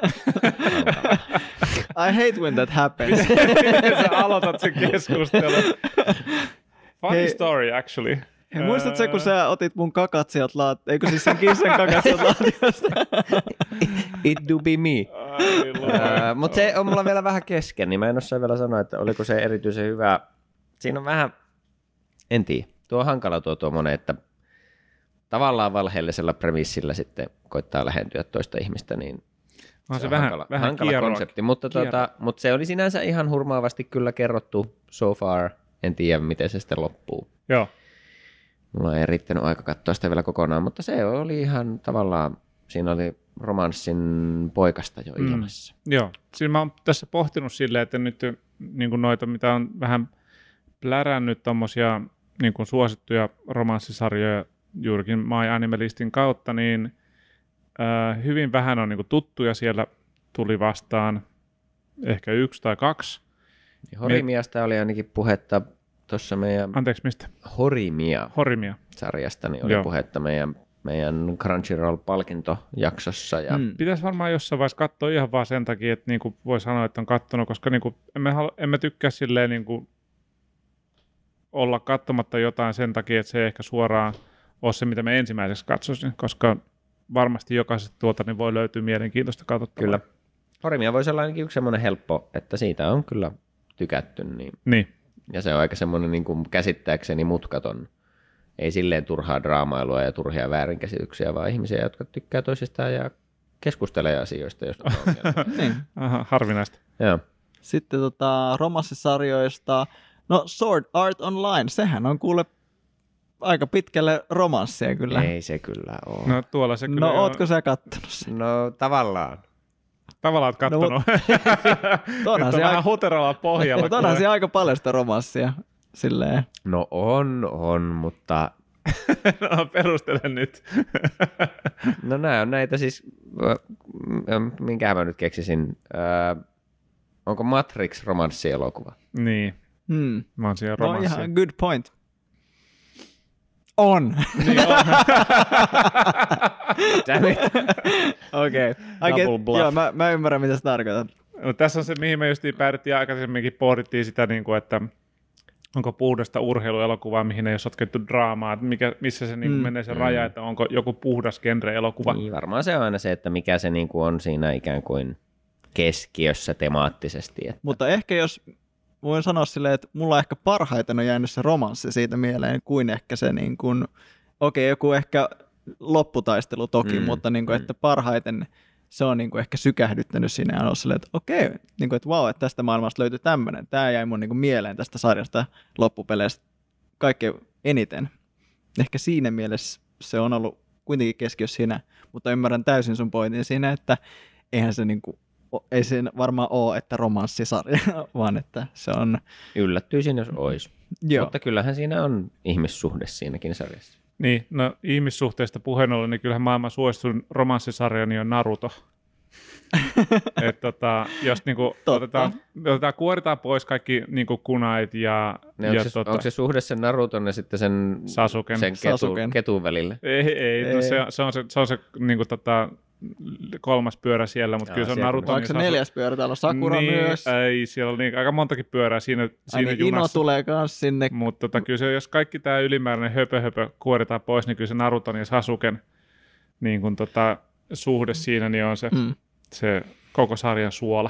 S3: I hate when that happens.
S2: Sä aloitat sen keskustelun. Funny Hei. story, actually.
S3: Hei, muistatko, kun sä otit mun kakat sieltä laatiosta? Eikö siis sen kissan kakat sieltä laatiosta?
S1: It do be me. uh, Mutta se on mulla vielä vähän kesken, niin mä en osaa vielä sanoa, että oliko se erityisen hyvä. Siinä on vähän, en tiedä, tuo on hankala tuo tuommoinen, että tavallaan valheellisella premissillä sitten koittaa lähentyä toista ihmistä, niin
S2: on se,
S1: se on
S2: vähän,
S1: hankala,
S2: vähän
S1: hankala konsepti, mutta, tuota, mutta se oli sinänsä ihan hurmaavasti kyllä kerrottu so far. En tiedä, miten se sitten loppuu.
S2: Joo.
S1: Mulla ei riittänyt aika katsoa sitä vielä kokonaan, mutta se oli ihan tavallaan, siinä oli romanssin poikasta jo mm. ilmassa.
S2: Joo, siinä mä oon tässä pohtinut silleen, että nyt niin kuin noita, mitä on vähän plärännyt tommosia niin kuin suosittuja romanssisarjoja juurikin My Anime-listin kautta, niin äh, hyvin vähän on niin kuin tuttuja siellä tuli vastaan, ehkä yksi tai kaksi.
S1: Horimiasta Me... oli ainakin puhetta tuossa meidän...
S2: Anteeksi, mistä?
S1: Horimia.
S2: Horimia.
S1: Sarjasta, niin oli Joo. puhetta meidän, meidän Crunchyroll-palkintojaksossa. Ja...
S2: Mm. Pitäisi varmaan jossain vaiheessa katsoa ihan vaan sen takia, että niinku voi sanoa, että on kattonut, koska niinku emme, halu, emme tykkää silleen niinku olla katsomatta jotain sen takia, että se ei ehkä suoraan ole se, mitä me ensimmäiseksi katsoisin, koska varmasti jokaisesta tuolta niin voi löytyä mielenkiintoista katsottavaa.
S1: Kyllä. Horimia voisi olla ainakin yksi semmoinen helppo, että siitä on kyllä tykätty. Niin.
S2: niin.
S1: Ja se on aika semmoinen niin kuin käsittääkseni mutkaton. Ei silleen turhaa draamailua ja turhia väärinkäsityksiä, vaan ihmisiä, jotka tykkää toisistaan ja keskustelee asioista, jos on
S2: niin. Aha, harvinaista.
S1: Joo.
S3: Sitten tota, romanssisarjoista, no Sword Art Online, sehän on kuule aika pitkälle romanssia kyllä.
S1: Ei se kyllä ole.
S2: No tuolla se kyllä
S3: No
S2: on.
S3: ootko sä kattonut sen?
S1: No tavallaan.
S2: Tavallaan oot kattonut. No,
S3: onhan
S2: se
S3: vähän
S2: aika... huteralla pohjalla.
S3: Mutta onhan se aika paljon sitä romanssia. Silleen.
S1: No on, on, mutta...
S2: no perustele nyt.
S1: no nää on näitä siis, minkähän mä nyt keksisin. onko Matrix romanssielokuva?
S2: Niin,
S3: Hmm.
S2: mä oon siellä
S3: No
S2: romanssi.
S3: ihan good point. On.
S2: Niin on.
S1: Damn it.
S3: Okei. Okay.
S1: Double bluff.
S3: Joo, mä, mä ymmärrän, mitä sä tarkoitat.
S2: No, tässä on se, mihin me justiin päädyttiin aikaisemminkin, pohdittiin sitä, niin kuin, että onko puhdasta urheiluelokuvaa, mihin ei ole sotkettu draamaa, että mikä, missä se niin kuin
S3: Mm.
S2: menee se raja, että onko joku puhdas genre-elokuva.
S1: Niin, varmaan se on aina se, että mikä se niinku on siinä ikään kuin keskiössä temaattisesti. Että...
S3: Mutta ehkä jos voin sanoa silleen, että mulla ehkä parhaiten on jäänyt se romanssi siitä mieleen, kuin ehkä se niin kuin, okei, joku ehkä lopputaistelu toki,
S1: Mm,
S3: mutta niin kuin,
S1: mm.
S3: että parhaiten se on niin kuin ehkä sykähdyttänyt siinä ja on silleen, että okei, niin kuin, että vau, että tästä maailmasta löytyy tämmöinen. Tämä jäi mun niin kuin mieleen tästä sarjasta loppupeleistä kaikkein eniten. Ehkä siinä mielessä se on ollut kuitenkin keskiössä siinä, mutta ymmärrän täysin sun pointin siinä, että eihän se niin kuin, ei siinä varmaan ole, että romanssisarja, vaan että se on...
S1: Yllättyisin, jos olisi.
S3: Joo.
S1: Mutta kyllähän siinä on ihmissuhde siinäkin sarjassa.
S2: Niin, no ihmissuhteista puheen ollen, niin kyllähän maailman suosituin romanssisarjani on Naruto. Et, tota, jos niinku otetaan, otetaan, kuoritaan pois kaikki niinku kunait ja...
S1: Ne
S2: ja
S1: onko, se,
S2: tota,
S1: onko se suhde sen Naruton ja sitten sen,
S2: Sasuken.
S1: sen ketu,
S3: Sasuken.
S1: ketun välillä?
S2: Ei, ei,
S3: Ei.
S2: No se, se on se, se, on se niinku, tota, kolmas pyörä siellä, mutta
S1: Joo,
S2: kyllä se on
S1: siellä
S2: Naruton.
S3: Onko se
S2: ja Sasu-
S3: neljäs pyörä? Täällä on Sakura
S2: niin,
S3: myös.
S2: Ei, siellä on niin, aika montakin pyörää siinä,
S3: Ai
S2: siinä
S3: niin, Ino
S2: junassa.
S3: tulee kans sinne.
S2: Mutta tota, kyllä se, jos kaikki tämä ylimääräinen höpö, höpö kuoritaan pois, niin kyllä se Naruton ja Sasuken niin kun, tota, suhde siinä niin on se,
S3: Mm.
S2: se koko sarjan suola.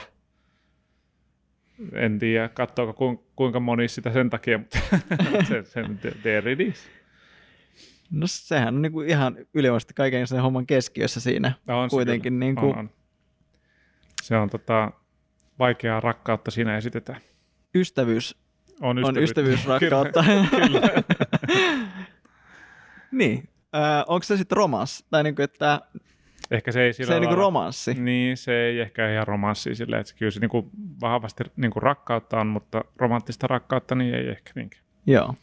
S2: En tiedä, katsoako ku, kuinka moni sitä sen takia, mutta se, sen, there it is.
S3: No sehän on niinku ihan ylivoimaisesti kaiken sen homman keskiössä siinä.
S2: Ja on se
S3: Kuitenkin
S2: kyllä.
S3: niinku...
S2: on, on. Se on tota, vaikeaa rakkautta siinä esitetään.
S3: Ystävyys
S2: On,
S3: on
S2: ystävyys.
S3: ystävyysrakkautta.
S2: Kyllä.
S3: Niin. Äh, onko se sitten romanssi? Tai niinku, että
S2: Ehkä se ei sillä
S3: se ei niinku
S2: lailla-
S3: romanssi.
S2: Niin, se ei ehkä ihan romanssia silleen, että kyllä se niinku vahvasti niinku rakkautta on, mutta romanttista rakkautta niin ei ehkä niinkään.
S3: Joo.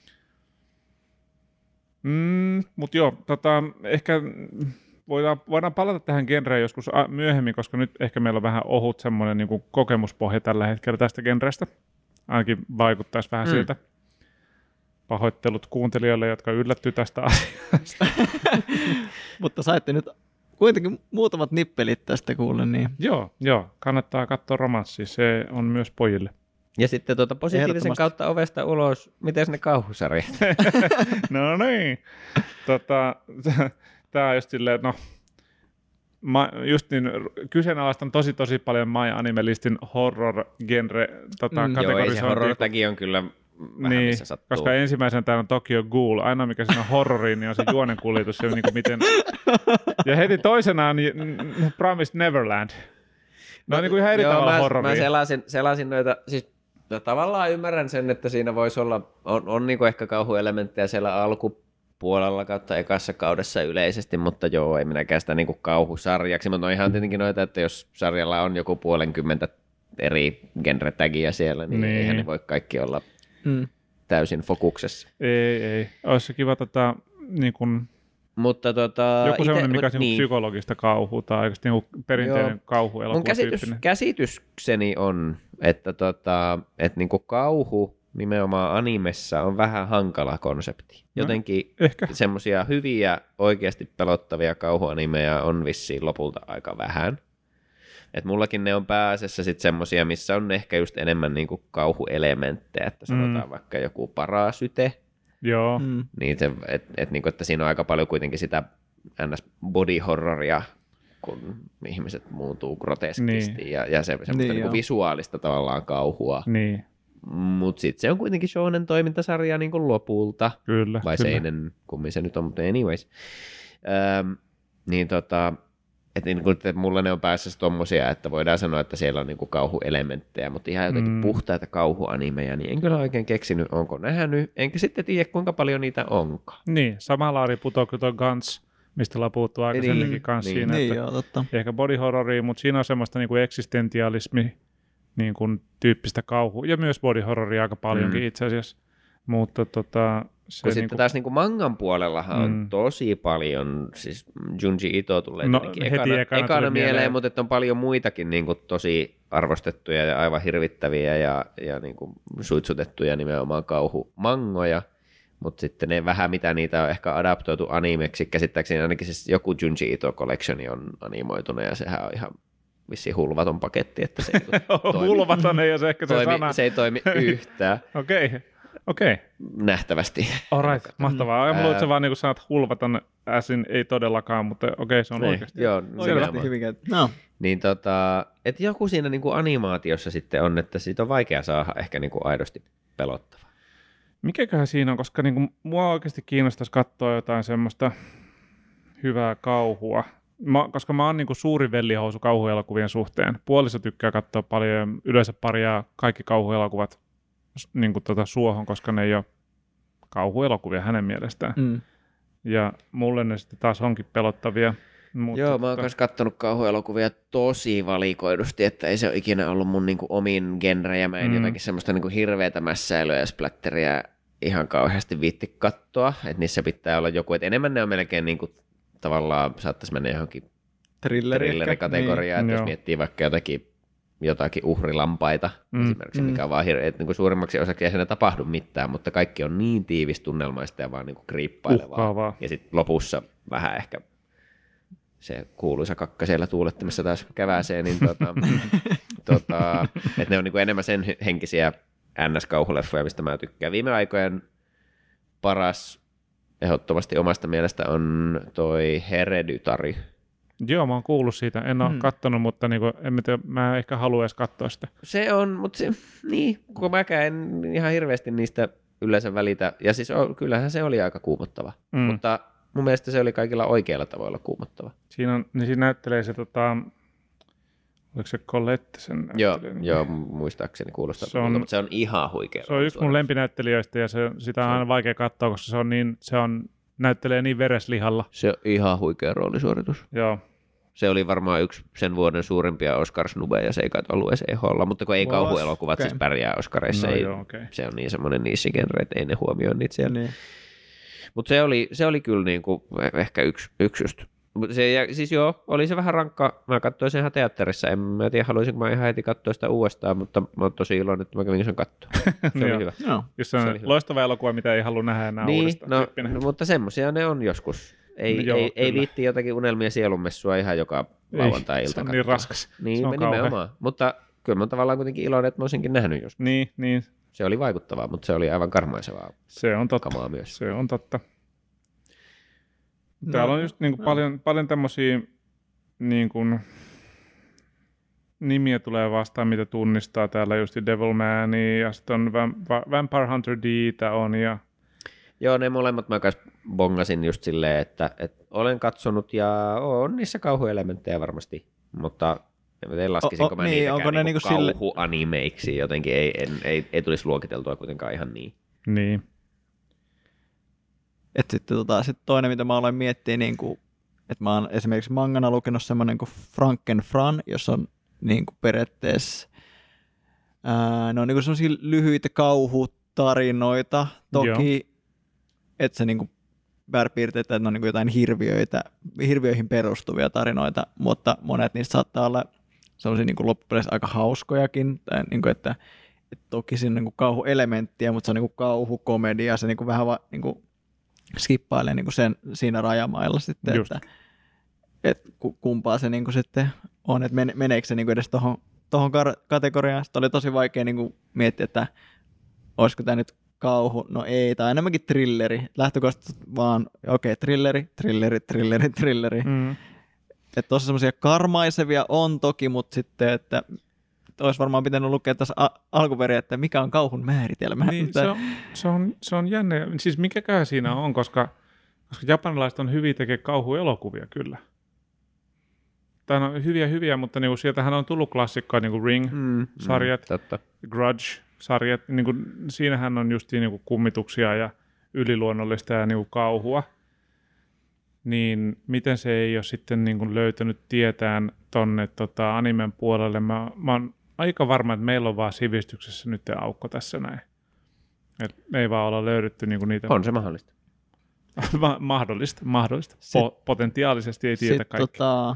S2: Mm, mutta joo, tota, ehkä voidaan, voidaan palata tähän genreen joskus a- myöhemmin, koska nyt ehkä meillä on vähän ohut semmoinen niinku kokemuspohja tällä hetkellä tästä genrestä. Ainakin vaikuttaisi vähän
S1: Mm.
S2: siltä. Pahoittelut kuuntelijoille, jotka yllättyy tästä asiasta.
S3: Mutta saitte nyt kuitenkin muutamat nippelit tästä kuulla, niin
S2: Joo, joo, kannattaa katsoa romanssia, se on myös pojille.
S1: Ja sitten tuota positiivisen
S3: Ehdottomasti.
S1: kautta ovesta ulos, miten ne kauhusarjat?
S2: No niin. Tota, Tämä on just silleen, no, mä just niin, kyseenalaistan tosi tosi paljon My Animalistin horror-genre tota,
S3: Mm.
S2: mm.
S1: Joo, ei se
S2: kategorisointia.
S1: horror tagi on kyllä vähän
S2: Niin,
S1: missä sattuu.
S2: koska ensimmäisenä täällä on Tokyo Ghoul. Ainoa mikä siinä on horroriin, niin on se juonenkuljetus. Ja, niin kuin miten... ja heti toisena on n- Promised Neverland. No, on niin kuin ihan eri
S1: joo,
S2: tavalla
S1: mä,
S2: horroria.
S1: Mä selasin, selasin noita, siis no, tavallaan ymmärrän sen, että siinä voisi olla, on, on niinku ehkä kauhuelementtejä siellä alkupuolella kautta ekassa kaudessa yleisesti, mutta joo, ei minäkään sitä niinku kauhusarjaksi, mutta on ihan tietenkin noita, että jos sarjalla on joku puolenkymmentä eri genre-tagia siellä, niin,
S2: Niin.
S1: eihän ne voi kaikki olla
S3: mm.
S1: täysin fokuksessa.
S2: Ei, ei. Olisi se kiva tota, niin kuin,
S1: Mutta tota,
S2: joku
S1: ite-
S2: sellainen, mikä
S1: mut
S2: on niin. psykologista kauhua tai oikeasti niin perinteinen
S1: Joo.
S2: kauhuelokuva
S1: Mun käsitys,
S2: tyyppinen.
S1: käsitykseni on, että, tota, että niinku kauhu nimenomaan animessa on vähän hankala konsepti. Jotenkin
S2: Ehkä.
S1: semmoisia hyviä, oikeasti pelottavia kauhuanimeja on vissiin lopulta aika vähän. Et mullakin ne on pääasiassa sitten semmoisia, missä on ehkä just enemmän niinku kauhuelementtejä, että sanotaan mm. vaikka joku Parasyte,
S2: Joo.
S3: Mm.
S1: niin se, et, et, niinku, että siinä on aika paljon kuitenkin sitä ns. Body horroria, kun ihmiset muuntuu groteskisti
S2: Niin.
S1: ja, ja se, semmoista
S3: Niin,
S1: niinku
S3: joo.
S1: visuaalista tavallaan kauhua.
S2: Niin,
S1: Mutta sitten se on kuitenkin shonen toimintasarja niinku lopulta,
S2: kyllä.
S1: vai
S2: kyllä.
S1: seinen, kummin se nyt on, mutta anyways. Öm, niin tota, että niinku, et mulla ne on päässä tommosia, että voidaan sanoa, että siellä on niinku kauhuelementtejä, mutta ihan jotenkin
S2: Mm.
S1: mm. puhtaita kauhuanimeja, niin en kyllä oikein keksinyt, onko nähnyt, enkä sitten tiedä, kuinka paljon niitä onkaan.
S2: Niin, samalla oli Putokuto Guns, mistä ollaan puhuttu aikaisemminkin
S1: Niin,
S2: kanssa
S1: niin.
S2: siinä,
S3: Niin
S2: että
S3: joo, totta.
S2: ehkä body horroria, mutta siinä on semmoista niinku eksistentialismi niin kuin tyyppistä kauhua, ja myös body horroria aika paljonkin
S1: Mm.
S2: itse asiassa, mutta tota,
S1: Se kun sitten niinku... taas niinku mangan puolellahan mm. on tosi paljon, siis Junji Ito tulee
S2: no,
S1: ekana, ekana, ekana mieleen, mieleen, mutta että on paljon muitakin niinku tosi arvostettuja ja aivan hirvittäviä ja, ja niinku suitsutettuja nimenomaan kauhumangoja, mutta sitten ne vähän mitä niitä on ehkä adaptoitu animeksi, käsittääkseni ainakin siis joku Junji Ito collectioni on animoitunut ja sehän on ihan vissiin hulvaton paketti, että se ei toimi.
S2: Hulvaton ei ole se ehkä se
S1: toimi,
S2: sana.
S1: Se ei toimi yhtään.
S2: Okei. Okay. Okei. Okay.
S1: Nähtävästi.
S2: Alright, mahtavaa. Mä luulen, että sä vaan niin sanot hulvaton, äsin ei todellakaan, mutta okei, okay, se on
S1: niin,
S2: oikeasti.
S1: Joo,
S3: oikeasti hyvin käyty. No.
S1: Niin tota, että joku siinä niin kuin animaatiossa sitten on, että siitä on vaikea saada ehkä niin kuin aidosti pelottava.
S2: Mikäköhän siinä on, koska niin kuin mua oikeasti kiinnostaisi katsoa jotain semmoista hyvää kauhua. Mä, koska mä oon niin kuin suuri vellihousu kauhuelokuvien suhteen. Puoliso tykkää katsoa paljon, yleensä paria kaikki kauhuelokuvat niin kuin tota suohon, koska ne ei ole kauhuelokuvia hänen mielestään. Mm. Ja mulle ne sitten taas onkin pelottavia. Mutta
S1: joo, mä oon myös katsonut kauhuelokuvia tosi valikoidusti, että ei se ole ikinä ollut mun niinku omin genrejä. Mä en mm. jotakin semmoista niinku hirveätä mässäilyä ja splatteria ihan kauheasti viitti katsoa. Että niissä pitää olla joku, että enemmän ne on melkein niinku tavallaan saattaisi mennä johonkin thrillerikategoriaan, niin, että jos miettii vaikka jotakin jotakin uhrilampaita mm, esimerkiksi, mm. mikä on vaan hirveä, että niin suurimmaksi osaksi ei siinä tapahdu mitään, mutta kaikki on niin tiivistunnelmaista ja vaan niin kriippailevaa.
S2: Uhkaavaa.
S1: Ja sitten lopussa vähän ehkä se kuuluisa kakka siellä tuulettimessa taas käväsee, niin tota, tota, että ne on niin kuin enemmän sen henkisiä N S-kauhuleffoja, mistä mä tykkään. Viime aikojen paras ehdottomasti omasta mielestä on toi Hereditary.
S2: Joo, mä oon kuullut siitä. En ole hmm. kattonut, mutta niin kuin, en tiedä, mä ehkä halua edes katsoa sitä.
S1: Se on, mutta se, niin, kun mäkään en ihan hirveästi niistä yleensä välitä. Ja siis o, kyllähän se oli aika kuumottava, hmm. mutta mun mielestä se oli kaikilla oikeilla tavoilla kuumottava.
S2: Siinä, on, niin siinä näyttelee se, tota, oliko se Colette sen näyttelijä?
S1: Joo, joo, muistaakseni kuulostaa, se on, mutta se on ihan huikea.
S2: Se on yksi mun lempinäyttelijöistä ja se, sitä on aina vaikea katsoa, koska se on niin, se on, näyttelee niin vereslihalla.
S1: Se on ihan huikea roolisuoritus.
S2: Joo.
S1: Se oli varmaan yksi sen vuoden suurimpia Oscar-snubeja, se ei kai ollut edes E H-lla, mutta kun ei Was, kauhuelokuvat okay. siis pärjää Oscareissa, no, ei, joo, okay. se on niin semmoinen niissigenre, että ei ne huomioi niitä siellä. Niin. Mutta se oli, se oli kyllä niinku ehkä yksi, yksi just. Se, ja, siis joo, oli se vähän rankka. Mä katsoin sen ihan teatterissa. En mä tiedä, haluaisinko mä ihan heti katsoa sitä uudestaan, mutta mä oon tosi iloinen, että mä kävin sen katsoa. Se oli hyvä.
S2: No. Jos se on, se on loistava elokuva, mitä ei halua nähdä enää
S1: niin,
S2: uudestaan.
S1: No, no, mutta semmoisia ne on joskus. Ei, no, joo, ei, ei viitti jotakin unelmia sielunmessua ihan joka lauantai-ilta.
S2: Se on niin raskas.
S1: Niin,
S2: se on
S1: nimenomaan. Mutta kyllä mä tavallaan kuitenkin iloinen, että mä olisinkin nähnyt joskus.
S2: Niin, niin.
S1: Se oli vaikuttavaa, mutta se oli aivan karmaisevaa.
S2: Se on totta.
S1: Kamaa myös.
S2: Se on totta. Täällä no, on just niin kuin no. paljon, paljon tämmöisiä niin kuin, nimiä tulee vastaan, mitä tunnistaa. Täällä just Devilman ja sitten on Vampire Hunter D:tä on. Ja...
S1: Joo, ne molemmat mä kanssa bongasin just silleen, että, että olen katsonut ja on niissä kauhuelementtejä varmasti, mutta en laskisinko o, o, mä niin, niitäkään niin niinku kauhuanimeiksi sille... jotenkin. Ei, en, ei, ei tulisi luokiteltua kuitenkaan ihan niin.
S2: Niin.
S3: Että sitten tota, sit toinen, mitä mä aloin miettiä, niin kuin, että mä oon esimerkiksi mangana lukenut semmoinen kuin Frankenfran, jossa on niin kuin periaatteessa, ää, ne on niin kuin semmoisia lyhyitä kauhutarinoita, toki, että se niin kuin pääpiirteet, että ne on niin kuin jotain hirviöitä, hirviöihin perustuvia tarinoita, mutta monet niistä saattaa olla semmoisia niin kuin loppupeleissä aika hauskojakin, tai niin kuin, että, että toki siinä on niin kuin kauhuelementtiä, mutta se on niin kuin kauhukomedia, se niin kuin vähän va, niin kuin skippailee niin kuin sen, siinä rajamailla sitten, Just. että, että kumpaa se niin kuin sitten on, että men, meneekö se niin kuin edes tuohon tohon kategoriaan. Sitten oli tosi vaikea niin kuin miettiä, että olisiko tämä nyt kauhu, no ei, tai enemmänkin thrilleri, lähtökohtaisesti vaan, okei, okay, thrilleri, thrilleri, thrilleri, thrilleri. Mm. Että tuossa semmoisia karmaisevia on toki, mutta sitten, että olisi varmaan pitänyt lukea tässä a- alkuperin, että mikä on kauhun määritelmä.
S2: Niin, se, on, se, on, se on jännä. Siis mikäkään siinä on, koska, koska japanilaiset on hyviä tekemään kauhuelokuvia kyllä. Tai on hyviä hyviä, mutta niinku sieltähän on tullut klassikkoja, niin kuin Ring-sarjat, mm, Grudge-sarjat. Niinku, siinähän on just niinku kummituksia ja yliluonnollista ja niinku kauhua. Niin miten se ei ole sitten niinku löytänyt tietään tonne tota, animen puolelle? Mä, mä oon aika varma, että meillä on vaan sivistyksessä nyt aukko tässä näin. Et ei vaan olla löydetty niinku niitä.
S1: On se mahdollista.
S2: Ma- mahdollista, mahdollista. Po- potentiaalisesti ei tiedä kaikki.
S3: Tota,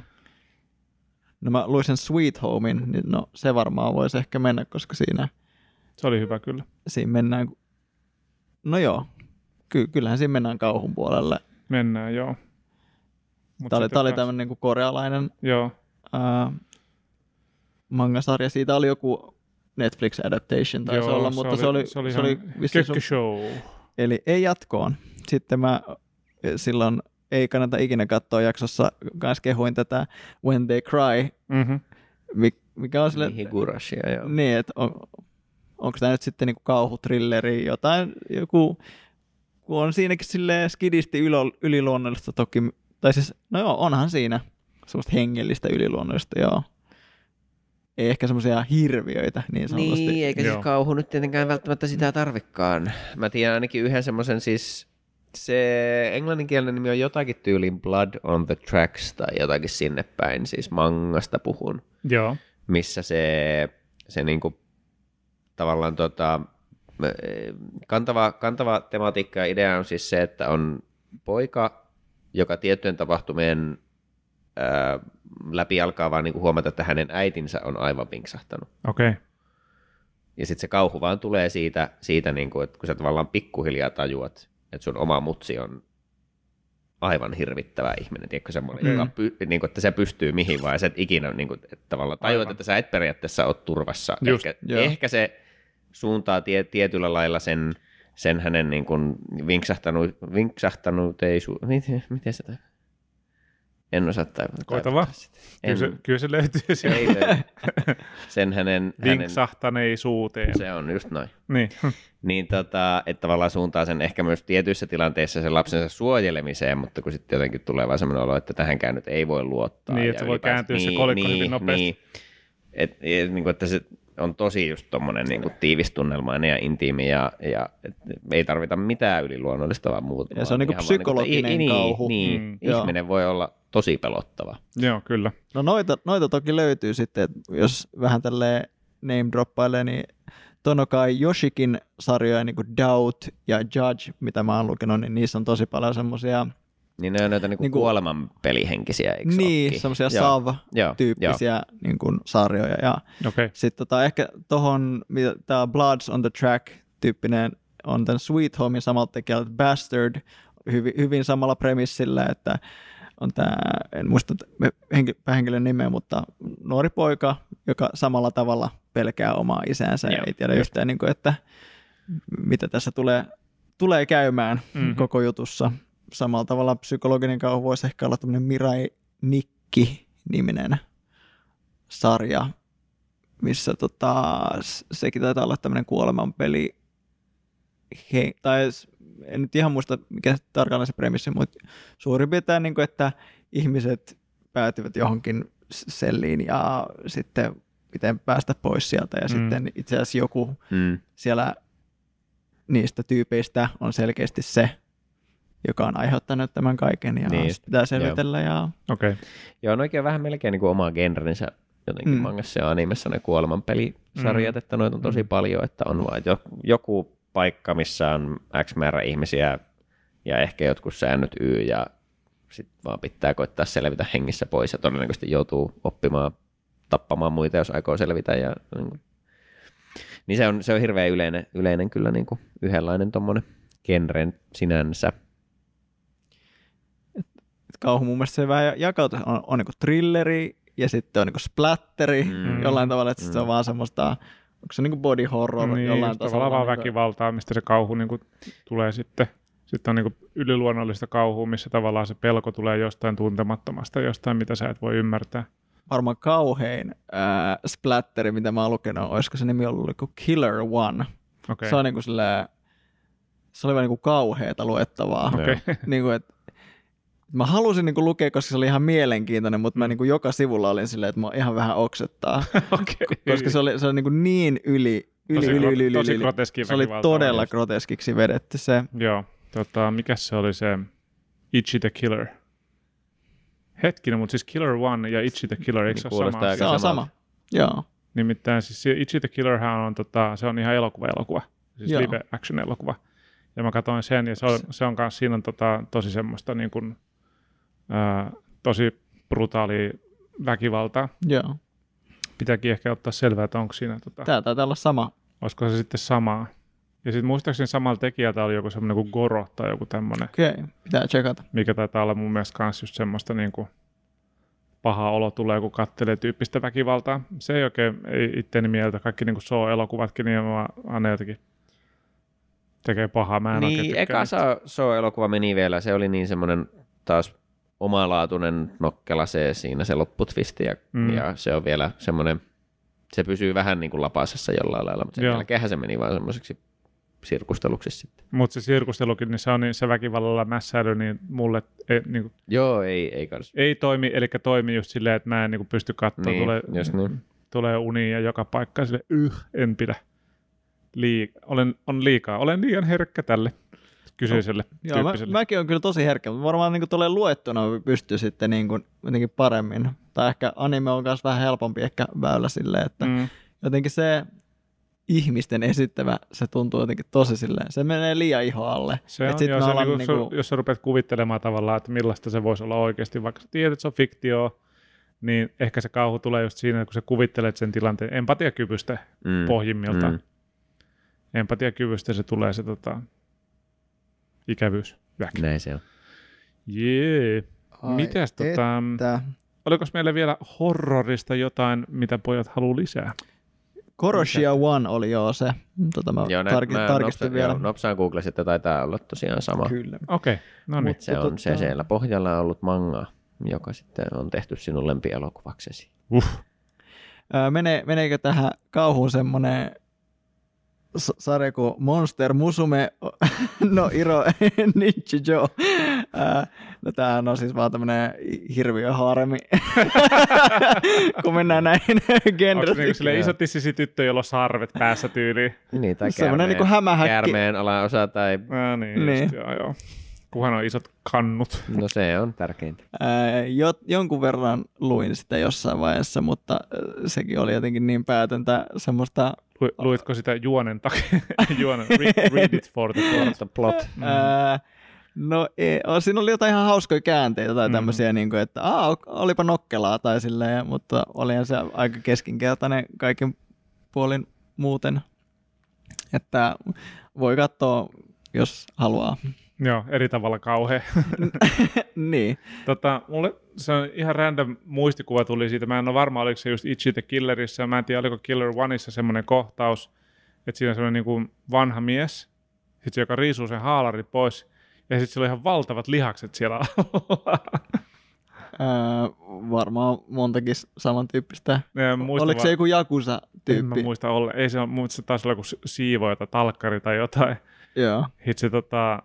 S3: no mä luin sen Sweet Homein, niin no se varmaan voisi ehkä mennä, koska siinä,
S2: Se oli hyvä kyllä.
S3: siinä mennään, no joo, ky- kyllähän siinä mennään kauhun puolelle.
S2: Mennään, joo. Mut
S3: Tämä oli,
S2: sitten
S3: tää oli
S2: taas-
S3: tämmöinen niin korealainen
S2: Joo,
S3: ää, mangasarja. Siitä oli joku Netflix adaptation taisi
S2: joo,
S3: olla, mutta se oli,
S2: se oli,
S3: se oli
S2: ihan
S3: vissiin sun-
S2: kökkö-show.
S3: Eli ei jatkoon. Sitten mä silloin ei kannata ikinä katsoa jaksossa, kanssa kehuin tätä When They Cry,
S2: Mm-hmm.
S3: mikä on sille,
S1: Higurashia, joo.
S3: niin, että on, onko tämä nyt sitten niinku kauhutrilleri, jotain, joku, kun on siinäkin silleen skidisti ylo, yliluonnollista toki, tai siis, no joo, onhan siinä semmoista hengellistä yliluonnollista, joo. Ei ehkä semmoisia hirviöitä niin sanotusti.
S1: Niin, eikä
S2: Joo.
S1: siis kauhu nyt tietenkään välttämättä sitä tarvikaan. Mä tiedän ainakin yhden semmoisen siis, se englanninkielinen nimi on jotakin tyylin Blood on the Tracks tai jotakin sinne päin, siis mangasta puhun,
S2: Joo,
S1: missä se, se niinku tavallaan tota, kantava, kantava tematiikka ja idea on siis se, että on poika, joka tiettyjen tapahtumien ää, läpi alkaa vaan niinku huomata, että hänen äitinsä on aivan vinksahtanut.
S2: okei. Okay.
S1: Ja sitten se kauhu vaan tulee siitä, siitä niinku, että kun sä tavallaan pikkuhiljaa tajuat, että sun oma mutsi on aivan hirvittävä ihminen, tiedätkö semmoinen,
S2: Mm.
S1: joka py, niinku, että se pystyy mihin vaan, ja sä et ikinä niinku, että tavallaan tajuat,
S2: Aivan.
S1: että sä et periaatteessa ole turvassa.
S2: Just,
S1: ehkä,
S3: joo.
S1: ehkä se suuntaa tie, tietyllä lailla sen, sen hänen niinku vinksahtanut, vinksahtanuuteisuus, miten, miten se tai? En osaa taivuttaa.
S2: Koita vaan. Kyllä se, kyllä se löytyy sieltä.
S1: Ei löydy. Sen hänen, hänen,
S2: Vinksahtaneisuuteen.
S1: se on just noin.
S2: Niin.
S1: Niin tota, että tavallaan suuntaa sen ehkä myös tietyissä tilanteissa sen lapsensa suojelemiseen, mutta kun sitten jotenkin tulee vaan semmoinen olo, että tähänkään nyt ei voi luottaa.
S2: Niin,
S1: ja
S2: että se voi
S1: ylipäätään-
S2: kääntyä se kolikko hyvin nopeasti.
S1: Niin, et, et, niin kuin, että se on tosi just tommonen niin kuin tiivistunnelmainen ja intiimi ja, ja et, ei tarvita mitään yliluonnollista vaan muuta.
S3: Ja se on
S1: vaan
S3: niinku
S1: ihan vaan
S3: psykologinen
S1: niin,
S3: kauhu.
S1: Niin,
S2: Mm.
S1: niin
S3: Joo.
S1: ihminen voi olla tosi pelottava.
S2: Joo, kyllä.
S3: No noita, noita toki löytyy sitten, että jos vähän tälleen name droppailee, niin Tonokai Yoshikin sarjoja, niin kuin Doubt ja Judge, mitä mä oon lukenut, niin niissä on tosi paljon semmosia,
S1: Niin ne on näitä niin kuin
S3: Niinku-
S1: kuoleman pelihenkisiä, eikö se
S3: niin,
S1: ookin?
S3: semmosia
S1: Joo. Joo,
S3: Sav-tyyppisiä niin kuin sarjoja. Ja
S2: Okei.
S3: sitten tota, ehkä tohon, mitä tämä Bloods on the Track-tyyppinen on tämän Sweet Homein samalta tekijältä Bastard, hyvin, hyvin samalla premissillä, että on tämä, en muista henki, päähenkilön nimeä, mutta nuori poika, joka samalla tavalla pelkää omaa isäänsä ja
S1: Joo,
S3: ei tiedä
S1: just.
S3: yhtään, niin kuin, että mitä tässä tulee, tulee käymään
S2: Mhm.
S3: koko jutussa. Samalla tavalla psykologinen kauhu voisi ehkä olla tämmöinen Mirai Nikki-niminen sarja, missä tota, s- sekin taitaa olla tämmöinen kuolemanpeli. He, tai s- en nyt ihan muista, mikä tarkalleen se premissi, mutta suurin piirtein, niin kuin, että ihmiset päätyvät johonkin s- selliin ja sitten miten päästä pois sieltä. Ja
S2: Mm.
S3: mm. sitten itse asiassa joku
S1: Mm.
S3: siellä niistä tyypeistä on selkeästi se, joka on aiheuttanut tämän kaiken ja
S1: Niin,
S3: niin, pitää selvitellä. Ja...
S2: Okei. Okay.
S1: Joo, on oikein vähän melkein niin kuin omaa genrensä jotenkin mm.
S3: Mm.
S1: mangassa ja animessa ne kuolemanpelisarjat,
S2: Mm.
S1: että noita on tosi
S2: Mm.
S1: paljon, että on vaan jo, joku paikka, missä on X määrä ihmisiä ja ehkä jotkut säännöt Y ja sitten vaan pitää koittaa selvitä hengissä pois ja todennäköisesti joutuu oppimaan tappamaan muita, jos aikoo selvitä. Ja, niin, kuin. niin se on, se on hirveän yleinen, yleinen kyllä niin kuin yhdenlainen tommonen genren sinänsä.
S3: Kauhu mun mielestä se vähän jakautuu, on, on niin thrilleri ja sitten on niin splatteri
S1: Mm.
S3: jollain tavalla, että
S1: Mm.
S3: se on vaan semmoista, onko se niin body horror
S2: Niin,
S3: jollain
S2: just
S3: tasolla.
S2: tavallaan vaan
S3: niin
S2: väkivaltaa, mistä se kauhu niin kuin, tulee sitten. Sitten on niin kuin, yliluonnollista kauhua, missä tavallaan se pelko tulee jostain tuntemattomasta, jostain, mitä sä et voi ymmärtää.
S3: varmaan kauhein äh, splatteri, mitä mä oon lukenut, olisiko se nimi ollut joku Killer One.
S2: Okay.
S3: Se on niin kuin silleen, se oli vaan niin kuin kauheata luettavaa.
S2: Okei.
S3: niin kuin, että mä halusin niin kuin lukea, koska se oli ihan mielenkiintoinen, mutta mä niin kuin joka sivulla olin silleen, että mä ihan vähän oksettaa.
S2: Okei.
S3: koska se oli, se oli niin, kuin niin yli, yli,
S2: Tosi
S3: yli,
S2: gro-
S3: yli, yli,
S2: tosi
S3: yli.
S2: groteski
S3: Se oli
S2: väkivaltaa
S3: todella
S2: just.
S3: groteskiksi vedetty se.
S2: Joo. Tota, mikä se oli se Itchy the Killer? Hetkinen, mutta siis Killer One ja Itchy the Killer, eikö se ole
S1: Kuulostaa
S2: sama?
S1: aika
S3: Se on
S1: samalta.
S3: sama. Joo.
S2: Nimittäin siis se Itchy the Killerhän on, tota, se on ihan elokuva-elokuva. siis
S3: Joo.
S2: live action elokuva. Ja mä katsoin sen, ja se on, se on kans, siinä on tota, tosi semmoista niin kuin, ää, tosi brutaalia väkivaltaa.
S3: Joo.
S2: Pitääkin ehkä ottaa selvää, että onko siinä, tota,
S3: Tää taitaa olla sama.
S2: olisiko se sitten samaa. Ja sitten muistaakseni samalla tekijältä oli joku semmoinen kuin Goro tai joku tämmöinen,
S3: Okei, okay. Pitää checkata.
S2: mikä taitaa olla mun mielestä kans just semmoista niin kuin paha olo tulee, kun kattelee tyyppistä väkivaltaa. Se ei oikein ei itteeni mieltä. Kaikki niin kuin Saw-elokuvatkin, niin mä aina jotenkin tekee pahaa. Mä en oikein
S1: Niin,
S2: tykkää
S1: eka
S2: niistä.
S1: Saw-elokuva meni vielä, se oli niin semmoinen taas omalaatuinen nokkela se siinä se lopputwisti ja,
S2: Mm.
S1: ja se on vielä semmoinen, se pysyy vähän niin kuin lapasessa jollain lailla, mutta sen
S2: Joo.
S1: jälkeenhän se meni vaan semmoiseksi sirkusteluksi sitten.
S2: Mutta se sirkustelukin, niin se on niin, se väkivallalla mässäily, niin mulle ei, niin kuin,
S1: Joo, ei, ei kans.
S2: ei toimi, eli toimi just silleen, että mä en niin kuin pysty katsoa,
S1: Niin,
S2: tulee,
S1: just niin.
S2: tulee uniin ja joka paikkaan sille yh, en pidä. Liik- olen, on liikaa, olen liian herkkä tälle kyseiselle
S3: Joo, mä,
S2: tyyppiselle.
S3: mäkin on kyllä tosi herkkä, mutta varmaan niin tulee luettuna pystyy sitten niin kuin, jotenkin paremmin. Tai ehkä anime on myös vähän helpompi ehkä väylä silleen, että
S2: Mm.
S3: jotenkin se ihmisten esittävä, se tuntuu jotenkin tosi silleen, se menee liian iho alle.
S2: Se
S3: Et
S2: on,
S3: sit
S2: joo,
S3: mä
S2: se,
S3: alan
S2: niinku,
S3: niinku-
S2: se, jos sä rupeat kuvittelemaan tavallaan, että millaista se voisi olla oikeasti, vaikka sä tiedät, että se on fiktio, niin ehkä se kauhu tulee just siinä, kun sä kuvittelet sen tilanteen empatiakyvystä
S1: Mm.
S2: pohjimmiltaan.
S1: Mm.
S2: Empatiakyvystä se tulee se tota, ikävyys. Väk.
S1: Näin se on.
S2: Jee.
S3: Ai
S2: Mitäs tota,
S3: Tää
S2: oliko meillä vielä horrorista jotain, mitä pojat haluaa lisää?
S3: Koroshia One oli joo se. Tota mä
S1: Joo,
S3: tarki,
S1: mä
S3: tarkistin
S1: nopsa,
S3: vielä.
S1: joo, nopsaan googlasin, että taitaa olla tosiaan sama.
S3: Kyllä.
S2: Okei, okay. No niin.
S1: Mutta se on se
S3: tota-
S1: siellä pohjalla ollut manga, joka sitten on tehty sinun lempielokuvaksesi.
S2: Uh.
S3: Öö, mene, meneekö tähän kauhuun semmonen s- sarja kuin Monster Musume no Iro Nichijou. Öö, no tämähän on siis vaan tämmönen hirviöhaaremi, kun mennään näihin
S2: Onko
S3: genresiin.
S2: niinku silleen iso tissisi tyttö, jolla on sarvet päässä tyyliin?
S1: Niin, tai
S3: Semmoinen
S1: käärmeen,
S3: niinku hämähäkki.
S1: käärmeen alaosa tai...
S2: No niin,
S3: Niin.
S2: just, joo, joo. Kunhan on isot kannut.
S1: No se on tärkeintä.
S3: Ää, jo, jonkun verran luin sitä jossain vaiheessa, mutta äh, sekin oli jotenkin niin päätöntä semmoista.
S2: Lu, luitko sitä juonen takia? juonen, read, read it for the plot.
S1: The plot.
S2: Mm.
S3: Ää, no ei, o- siinä oli jotain ihan hauskoja käänteitä tai
S2: Mm.
S3: tämmöisiä, niin kuin, että Aa, olipa nokkelaa tai silleen, mutta olihan se aika keskinkertainen kaikin puolin muuten. Että voi katsoa, jos haluaa.
S2: Joo, eri tavalla kauhea.
S3: Niin.
S2: tota, mulle se on ihan random muistikuva tuli siitä. Mä en ole varma, oliko se just Itchy the Killerissä. Mä en tiedä, oliko Killer Oneissa semmoinen kohtaus, että siinä on semmoinen niin kuin vanha mies, sit se, joka riisuu sen haalarin pois, ja sitten sillä on ihan valtavat lihakset siellä alla.
S3: Ää, varmaan montakin samantyyppistä.
S2: Ja muistan
S3: Oliko se
S2: vaan-
S3: joku
S2: En mä
S3: Jakusa-tyyppi?
S2: muista olla. Ei se ole, mutta se taisi olla joku siivoja tai talkkari tai jotain.
S3: Joo.
S2: Hitse tota...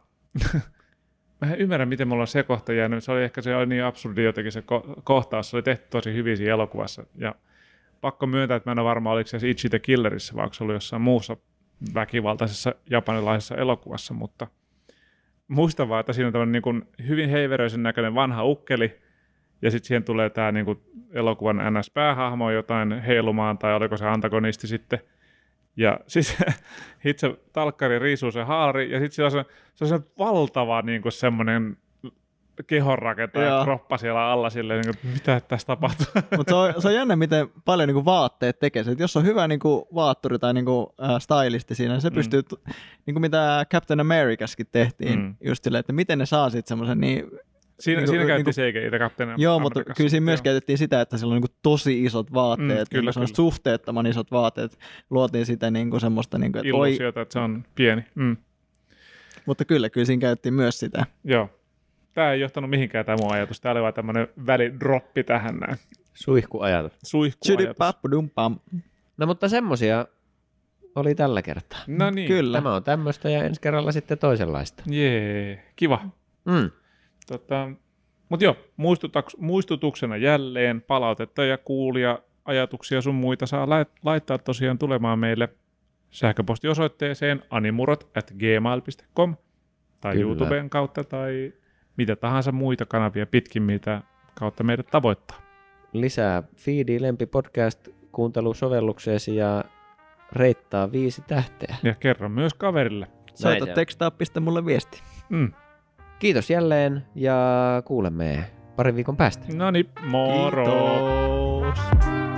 S2: Mä en ymmärrä, miten mulla on se kohta jäänyt. Se oli ehkä se oli niin absurdi jotenkin se ko- kohtaus. Se oli tehty tosi hyvin siinä elokuvassa. Ja pakko myöntää, että mä en ole varma, oliko se Itchy the Killerissä, vai onko se ollut jossain muussa väkivaltaisessa japanilaisessa elokuvassa. Mutta muistan vaan, että siinä on tämmöinen niin kuin hyvin heiveröisen näköinen vanha ukkeli. Ja sitten siihen tulee tämä niin kuin elokuvan N S-päähahmo jotain heilumaan, tai oliko se antagonisti sitten. Ja siis itse talkkari riisuu se haari, ja sitten sillä on se, se on se valtava niin kuin semmoinen kehonrakentaja
S3: Joo.
S2: kroppa siellä alla silleen, niin kuin, mitä tässä tapahtuu.
S3: Mutta se on, se on jännä, miten paljon niinku vaatteet tekee se. Et jos on hyvä niinku vaatturi tai niinku, äh, stylisti siinä, niin se
S2: Mm.
S3: pystyy, t- niinku mitä Captain Americaskin tehtiin,
S2: Mm.
S3: mm. just silleen, että miten ne saa sitten semmoisen niin...
S2: Siinä,
S3: Niinku-
S2: siinä käytti
S3: niinku-
S2: C G I Captain
S3: Joo, mutta
S2: Americassa.
S3: kyllä siinä myös
S2: Joo.
S3: käytettiin sitä, että sillä on niinku tosi isot vaatteet,
S2: Mm,
S3: mm,
S2: kyllä,
S3: niinku
S2: kyllä.
S3: suhteettoman isot vaatteet. Luotiin sitä niinku semmoista, niinku, että oi,
S2: Illuusiota, että se on pieni. Mm.
S3: mutta kyllä, kyllä siinä käytettiin myös sitä.
S2: Joo. Tämä ei johtanut mihinkään tämä mun ajatus. Tämä oli vaan tämmöinen välidroppi tähän näin.
S1: Suihkuajatus.
S2: Suihkuajatus.
S3: Chydipappudumpam.
S1: No mutta semmosia oli tällä kertaa.
S2: No niin.
S3: Kyllä.
S1: Tämä on tämmöistä ja ensi kerralla sitten toisenlaista.
S2: Jee, kiva.
S1: Mm.
S2: Tota, mutta joo, muistutaks- muistutuksena jälleen palautetta ja kuulia ajatuksia sun muita saa lait- laittaa tosiaan tulemaan meille sähköpostiosoitteeseen animurot at gmail piste com tai
S1: Kyllä.
S2: YouTuben kautta tai mitä tahansa muita kanavia pitkin, mitä kautta meidät tavoittaa.
S1: Lisää feedi lempi podcast kuuntelusovellukseesi ja
S4: reittaa viisi tähteä.
S2: Ja kerro myös kaverille.
S3: Soita
S4: se on.
S3: tekstaa, pistä mulle viesti.
S2: Mm.
S4: Kiitos jälleen ja kuulemme parin viikon päästä.
S2: No niin, moro!
S3: Kiitos.